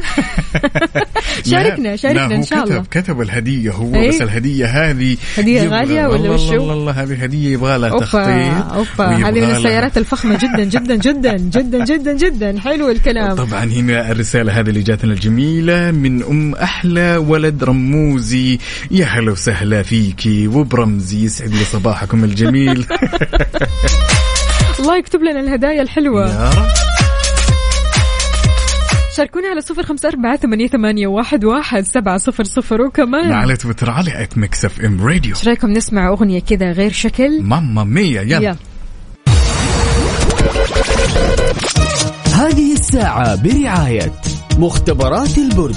شاركنا شاركنا إن شاء الله. كتب الهدية هو ايه؟ بس الهدية هذه هدية غالية ولا وشو؟ والله الله هذه هدية يبغى لها تخطيط. هذه من السيارات الفخمة جدا جدا جدا جدا جدا جدا. حلو الكلام. طبعا هنا الرسالة هذه اللي جاتنا الجميلة من أم أحلى ولد رموزي، يا هلا وسهلا فيكي وبرمزي، يسعد لي صباحكم الجميل. الله يكتب لنا الهدايا الحلوة يا رب. شاركونا على صفر خمسة أربعة ثمانية ثمانية واحد واحد سبعة صفر صفر، وكمان على تويتر على ات ميكس اف ام راديو. ايش رايكم نسمع أغنية كذا غير شكل؟ ماما مية. يلا, يلا. هذه الساعة برعاية مختبرات البرج.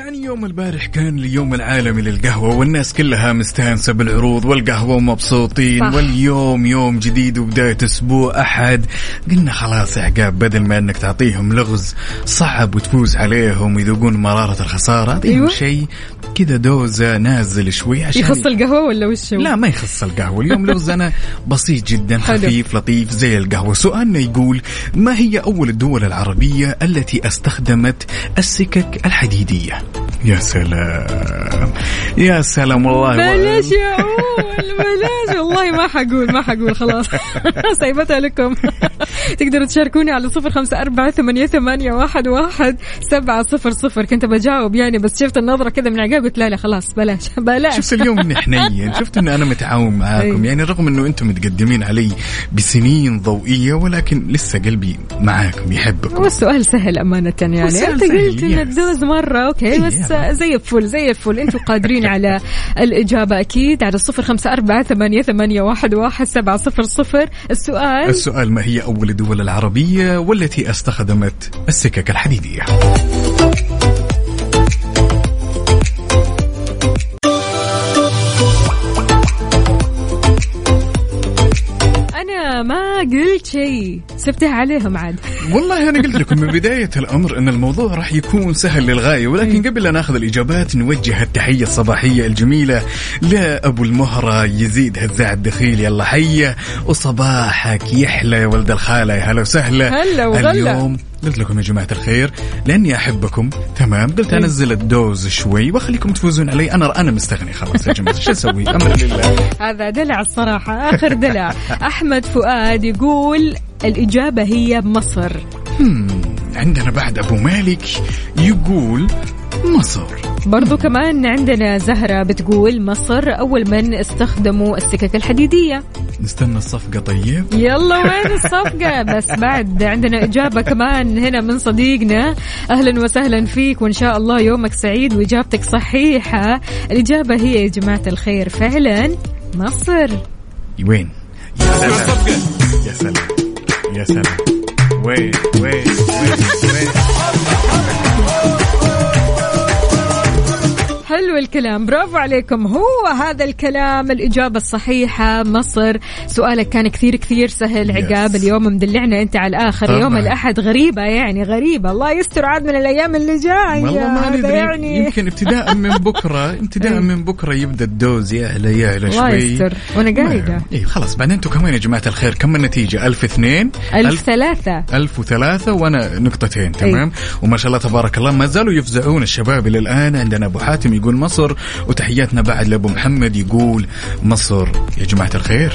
يعني يوم البارح كان اليوم العالمي للقهوة والناس كلها مستانسة بالعروض والقهوة ومبسوطين صح. واليوم يوم جديد وبداية أسبوع أحد، قلنا خلاص يا عقاب بدل ما أنك تعطيهم لغز صعب وتفوز عليهم ويذوقون مرارة الخسارة، أعطيهم أيوة. شيء كذا دوزة نازل شوي عشان يخص القهوة ولا وش؟ لا ما يخص القهوة، اليوم لغزنا بسيط جدا خفيف لطيف زي القهوة. سؤالنا يقول: ما هي أول الدول العربية التي استخدمت السكك الحديدية؟ يا سلام يا سلام والله بلاش يا أول بلاش والله ما حقول ما حقول خلاص سايبتها لكم. تقدروا تشاركوني على صفر خمسة أربعة ثمانية ثمانية واحد واحد سبعة صفر صفر. كنت بجاوب يعني بس شفت النظرة كذا من عقاب قلت لا لا خلاص بلاش بلاش. شفت اليوم إني حنين، شفت إن أنا متعاون معاكم يعني رغم إنه أنتم متقدمين علي بسنين ضوئية ولكن لسه قلبي معاكم يحبكم. والسؤال سهل أمانة يعني أنت قلت إن الدوز مرة أوكي بس زي الفل زي الفل. أنتوا قادرين على الإجابة أكيد على الصفر خمسة أربعة ثمانية ثمانية واحد واحد سبعة صفر صفر. السؤال السؤال ما هي أول الدول العربية والتي استخدمت السكك الحديدية؟ ما قلت شيء سبتها عليهم عاد. والله أنا قلت لكم من بداية الأمر أن الموضوع راح يكون سهل للغاية، ولكن قبل أن نأخذ الإجابات نوجه التحية الصباحية الجميلة لأبو المهرة يزيد هزاع الدخيل. يلا حية وصباحك يحلى يا ولد الخالة، يا هلا وسهلا. هلا وغلا. اليوم قلت لكم يا جماعة الخير لأني أحبكم تمام، قلت أنزل الدوز شوي وأخليكم تفوزون علي. أنا أنا مستغني خلاص يا جماعة، شو أسوي؟ أمر لله. هذا دلع الصراحة، آخر دلع. أحمد فؤاد يقول الإجابة هي مصر. هم. عندنا بعد أبو مالك يقول مصر. برضو كمان عندنا زهرة بتقول مصر أول من استخدموا السكك الحديدية. نستنى الصفقة طيب. يلا وين الصفقة؟ بس بعد عندنا إجابة كمان هنا من صديقنا. أهلا وسهلا فيك وإن شاء الله يومك سعيد وإجابتك صحيحة. الإجابة هي يا جماعة الخير فعلا مصر. وين؟ يا سلام يا سلام يا سلام. وين وين وين وين. حلو الكلام، برافو عليكم. هو هذا الكلام، الإجابة الصحيحة مصر. سؤالك كان كثير كثير سهل عقاب. اليوم مدلعنا أنت على الآخر طبعا. يوم الأحد غريبة يعني غريبة، الله يستر عاد من الأيام اللي جاية. والله ما ندري يعني. يمكن ابتداء من بكرة ابتداء من بكرة يبدأ الدوز يعلى يعلى شوي. الله يستر وأنا قاعدة. إيه خلاص بعدين أنتوا كمان يا جماعة الخير. كم النتيجة؟ ألف اثنين ألف ثلاثة ألف وثلاثة وأنا نقطتين تمام. أي. وما شاء الله تبارك الله ما زالوا يفزعون الشباب إلى الآن. عندنا أبو حاتم يقول مصر، وتحياتنا بعد لأبو محمد يقول مصر. يا جماعة الخير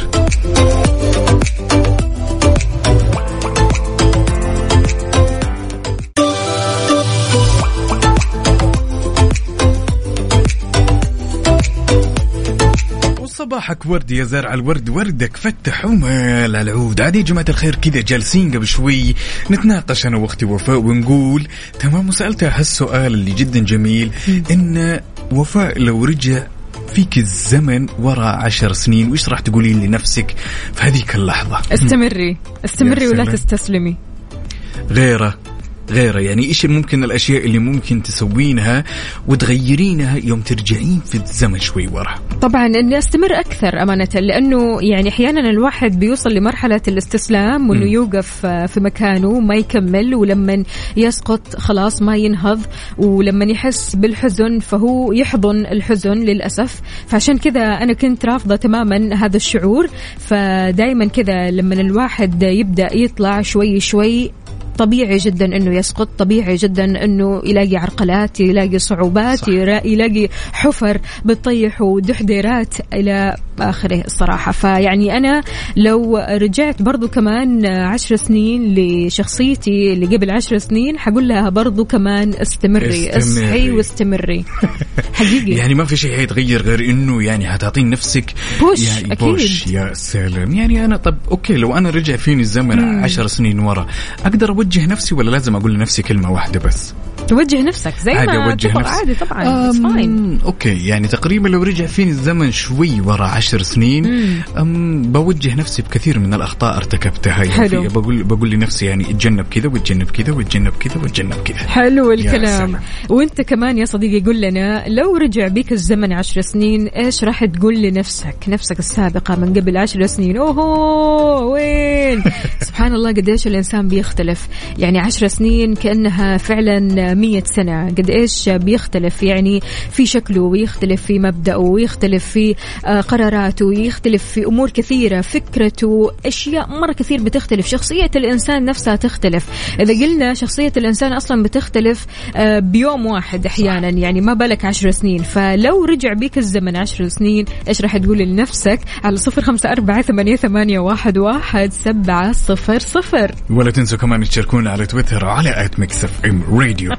صباحك ورد يا زرع الورد، وردك فتح ومال العود. عادي يا جماعة الخير كذا جالسين قبل شوي نتناقش أنا واختي وفاء ونقول تمام، وسألتها هالسؤال اللي جدا جميل إن وفاء لو رجع فيك الزمن وراء عشر سنين وإيش راح تقولين لنفسك في هذيك اللحظة؟ استمري استمري ولا تستسلمي. غيره غيره يعني إيش ممكن الأشياء اللي ممكن تسوينها وتغيرينها يوم ترجعين في الزمن شوي ورا؟ طبعا إني أستمر أكثر أمانة، لأنه يعني أحيانا الواحد بيوصل لمرحلة الاستسلام وإنه يوقف في مكانه ما يكمل، ولما يسقط خلاص ما ينهض، ولما يحس بالحزن فهو يحضن الحزن للأسف. فعشان كذا أنا كنت رافضة تماما هذا الشعور. فدايما كذا لما الواحد يبدأ يطلع شوي شوي طبيعي جدا انه يسقط، طبيعي جدا انه يلاقي عرقلات، يلاقي صعوبات، صح. يلاقي حفر بتطيح ودحديرات الى اخره الصراحه. فيعني انا لو رجعت برضو كمان عشر سنين لشخصيتي اللي قبل عشر سنين حقول لها برضو كمان استمري اصحي واستمري حقيقي. يعني ما في شيء هيتغير غير انه يعني هتعطين نفسك بوش يعني أكيد. بوش يا سلام. يعني انا طب اوكي لو انا رجع فيني الزمن مم. عشر سنين ورا اقدر اوجه نفسي ولا لازم اقول لنفسي كلمه واحده بس؟ توجه نفسك زي ما تبغى عادي طبعا. أم اوكي يعني تقريبا لو رجع فيني الزمن شوي ورا عشر سنين أم بوجه نفسي بكثير من الاخطاء ارتكبتها. يعني بقول بقول لنفسي يعني اتجنب كذا واتجنب كذا واتجنب كذا واتجنب كذا. حلو الكلام. وانت كمان يا صديقي قول لنا لو رجع بيك الزمن عشر سنين ايش راح تقول لنفسك نفسك السابقة من قبل عشر سنين؟ اوه وين سبحان الله قديش الانسان بيختلف. يعني عشر سنين كأنها فعلا مية سنة. قد ايش بيختلف يعني في شكله ويختلف في مبدأه ويختلف في قراراته ويختلف في امور كثيرة، فكرته، اشياء مرة كثير بتختلف. شخصية الانسان نفسها تختلف. اذا قلنا شخصية الانسان اصلا بتختلف بيوم واحد احيانا يعني ما بالك عشر سنين. فلو رجع بيك الزمن عشر سنين ايش راح تقول لنفسك؟ على صفر خمسة أربعة ثمانية ثمانية واحد واحد سبعة صفر صفر. ولا تنسوا كمان تشاركونا على تويتر على آت ميكس إف إم راديو.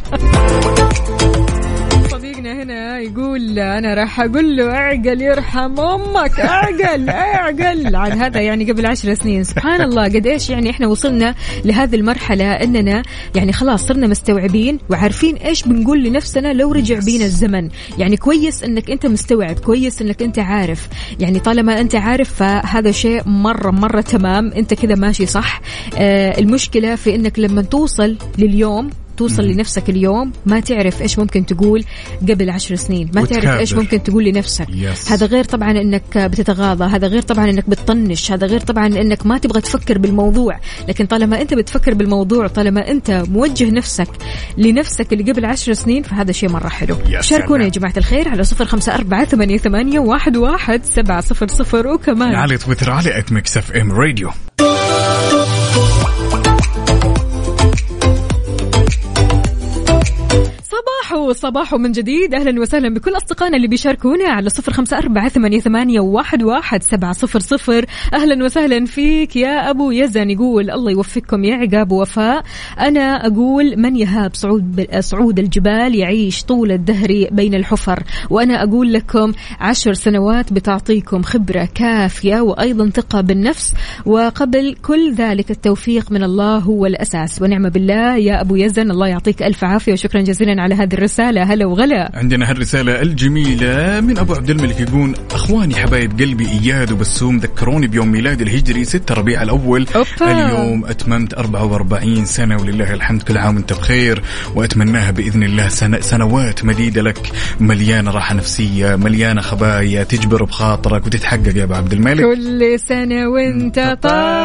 صديقنا هنا يقول أنا راح أقول له أعقل يرحم أمك، أعقل أعقل عن هذا يعني قبل عشر سنين. سبحان الله قد إيش يعني إحنا وصلنا لهذه المرحلة أننا يعني خلاص صرنا مستوعبين وعارفين إيش بنقول لنفسنا لو رجع بينا الزمن. يعني كويس أنك أنت مستوعب، كويس أنك أنت عارف. يعني طالما أنت عارف فهذا شيء مرة مرة تمام، أنت كذا ماشي صح. آه المشكلة في أنك لما توصل لليوم توصل لنفسك اليوم ما تعرف إيش ممكن تقول قبل عشر سنين، ما تعرف إيش ممكن تقول لنفسك. yes. هذا غير طبعا إنك بتتغاضى، هذا غير طبعا إنك بتطنش، هذا غير طبعا إنك ما تبغى تفكر بالموضوع. لكن طالما أنت بتفكر بالموضوع، طالما أنت موجه نفسك لنفسك اللي قبل عشر سنين فهذا شيء مرة حلو. yes. شاركونا يا جماعة الخير على صفر خمسة أربعة ثمانية ثمانية واحد واحد سبعة صفر صفر وكمان على تويتر على آت ميكس إف إم راديو. صباحو صباحو من جديد. أهلا وسهلا بكل أصدقائنا اللي بيشاركونا على صفر خمسة أربعة ثمانية ثمانية واحد واحد سبعة صفر صفر. أهلا وسهلا فيك يا أبو يزن. يقول الله يوفقكم يا عقاب وفاء. أنا أقول من يهاب صعود صعود الجبال يعيش طول الدهر بين الحفر. وأنا أقول لكم عشر سنوات بتعطيكم خبرة كافية وأيضا ثقة بالنفس، وقبل كل ذلك التوفيق من الله هو الأساس ونعم بالله. يا أبو يزن الله يعطيك ألف عافية وشكرا جزيلا على هذه الرسالة. هلا وغلا. عندنا هالرسالة الجميلة من أبو عبد الملك يقول أخواني حبايب قلبي إياد وبسوم ذكروني بيوم ميلادي الهجري ستة ربيع الأول. أوبا. اليوم أتممت أربعة وأربعين سنة ولله الحمد، كل عام وأنت بخير، وأتمناها بإذن الله سنة سنوات مديدة لك مليانة راحة نفسية مليانة خبايا تجبر بخاطرك وتتحقق يا أبو عبد الملك. كل سنة وأنت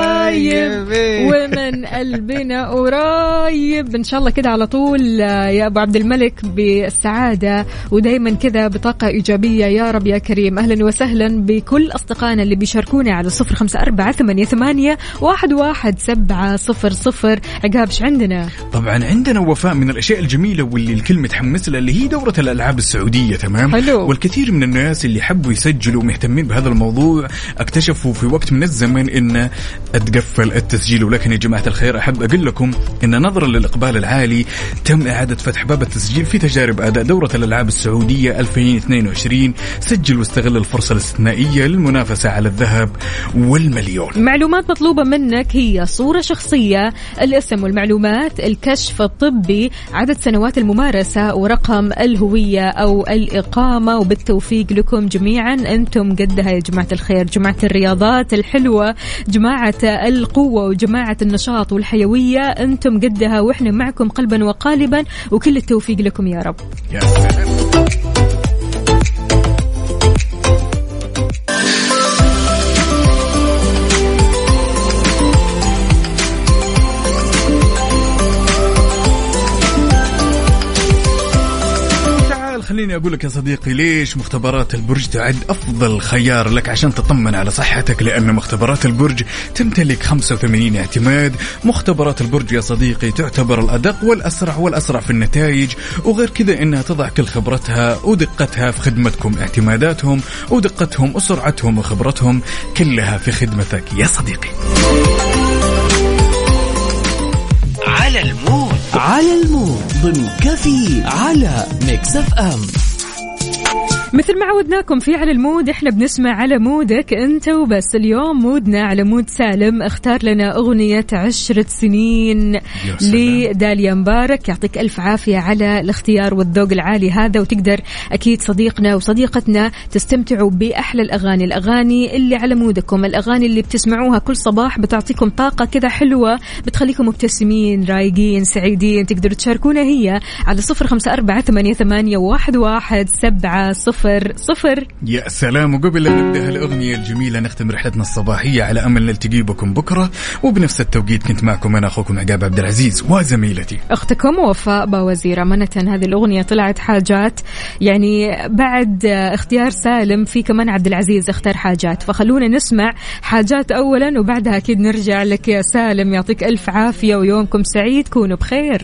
طيب ومن قلبنا قريب إن شاء الله كده على طول يا أبو عبد الملك بالسعادة ودايما كذا بطاقة إيجابية يا رب يا كريم. أهلا وسهلا بكل أصدقائنا اللي بيشاركونا على صفر خمسة أربعة ثمانية ثمانية واحد واحد سبعة صفر صفر. عقابش عندنا طبعا عندنا وفاء من الأشياء الجميلة واللي الكل متحمس لها اللي هي دورة الألعاب السعودية. تمام. حلو. والكثير من الناس اللي حبوا يسجلوا ومهتمين بهذا الموضوع اكتشفوا في وقت من الزمن إن اتقفل التسجيل. ولكن يا جماعة الخير أحب أقول لكم إن نظرا للإقبال العالي تم إعادة فتح باب التسجيل في تجارب أداء دورة الألعاب السعودية ألفين واثنين وعشرين. سجل واستغل الفرصة الاستثنائية للمنافسة على الذهب والمليون. معلومات مطلوبة منك هي صورة شخصية، الاسم والمعلومات، الكشف الطبي، عدد سنوات الممارسة، ورقم الهوية أو الإقامة. وبالتوفيق لكم جميعا، أنتم قدها يا جماعة الخير، جماعة الرياضات الحلوة، جماعة القوة وجماعة النشاط والحيوية، أنتم قدها وإحنا معكم قلبا وقالبا، وكل التوفيق لكم يا رب. يا سلام. خليني أقول لك يا صديقي ليش مختبرات البرج تعد أفضل خيار لك عشان تطمن على صحتك. لأن مختبرات البرج تمتلك خمسة وثمانين اعتماد. مختبرات البرج يا صديقي تعتبر الأدق والأسرع والأسرع في النتائج، وغير كذا إنها تضع كل خبرتها ودقتها في خدمتكم. اعتماداتهم ودقتهم وسرعتهم وخبرتهم كلها في خدمتك يا صديقي. على المود على المود ضمن كافيين على ميكس إف إم. مثل ما عودناكم في على المود، احنا بنسمع على مودك انت وبس. اليوم مودنا على مود سالم، اختار لنا اغنية عشرة سنين لداليا مبارك. يعطيك الف عافية على الاختيار والذوق العالي هذا، وتقدر اكيد صديقنا وصديقتنا تستمتعوا باحلى الاغاني، الاغاني اللي على مودكم، الاغاني اللي بتسمعوها كل صباح بتعطيكم طاقة كذا حلوة، بتخليكم مبتسمين رايقين سعيدين. تقدروا تشاركونا هي على صفر خمسة أربعة ثمانية ثمانية واحد واحد سبعة صفر صفر. يا سلام. وقبل لا نبدأ هالأغنية الجميلة نختم رحلتنا الصباحية على أمل نلتقي بكم بكرة، وبنفس التوقيت كنت معكم أنا أخوكم عقاب عبد العزيز وزميلتي أختكم وفاء باوزير. أمانة هذه الأغنية طلعت حاجات، يعني بعد اختيار سالم في كمان عبد العزيز اختار حاجات، فخلونا نسمع حاجات أولا وبعدها أكيد نرجع لك يا سالم. يعطيك ألف عافية ويومكم سعيد، كونوا بخير.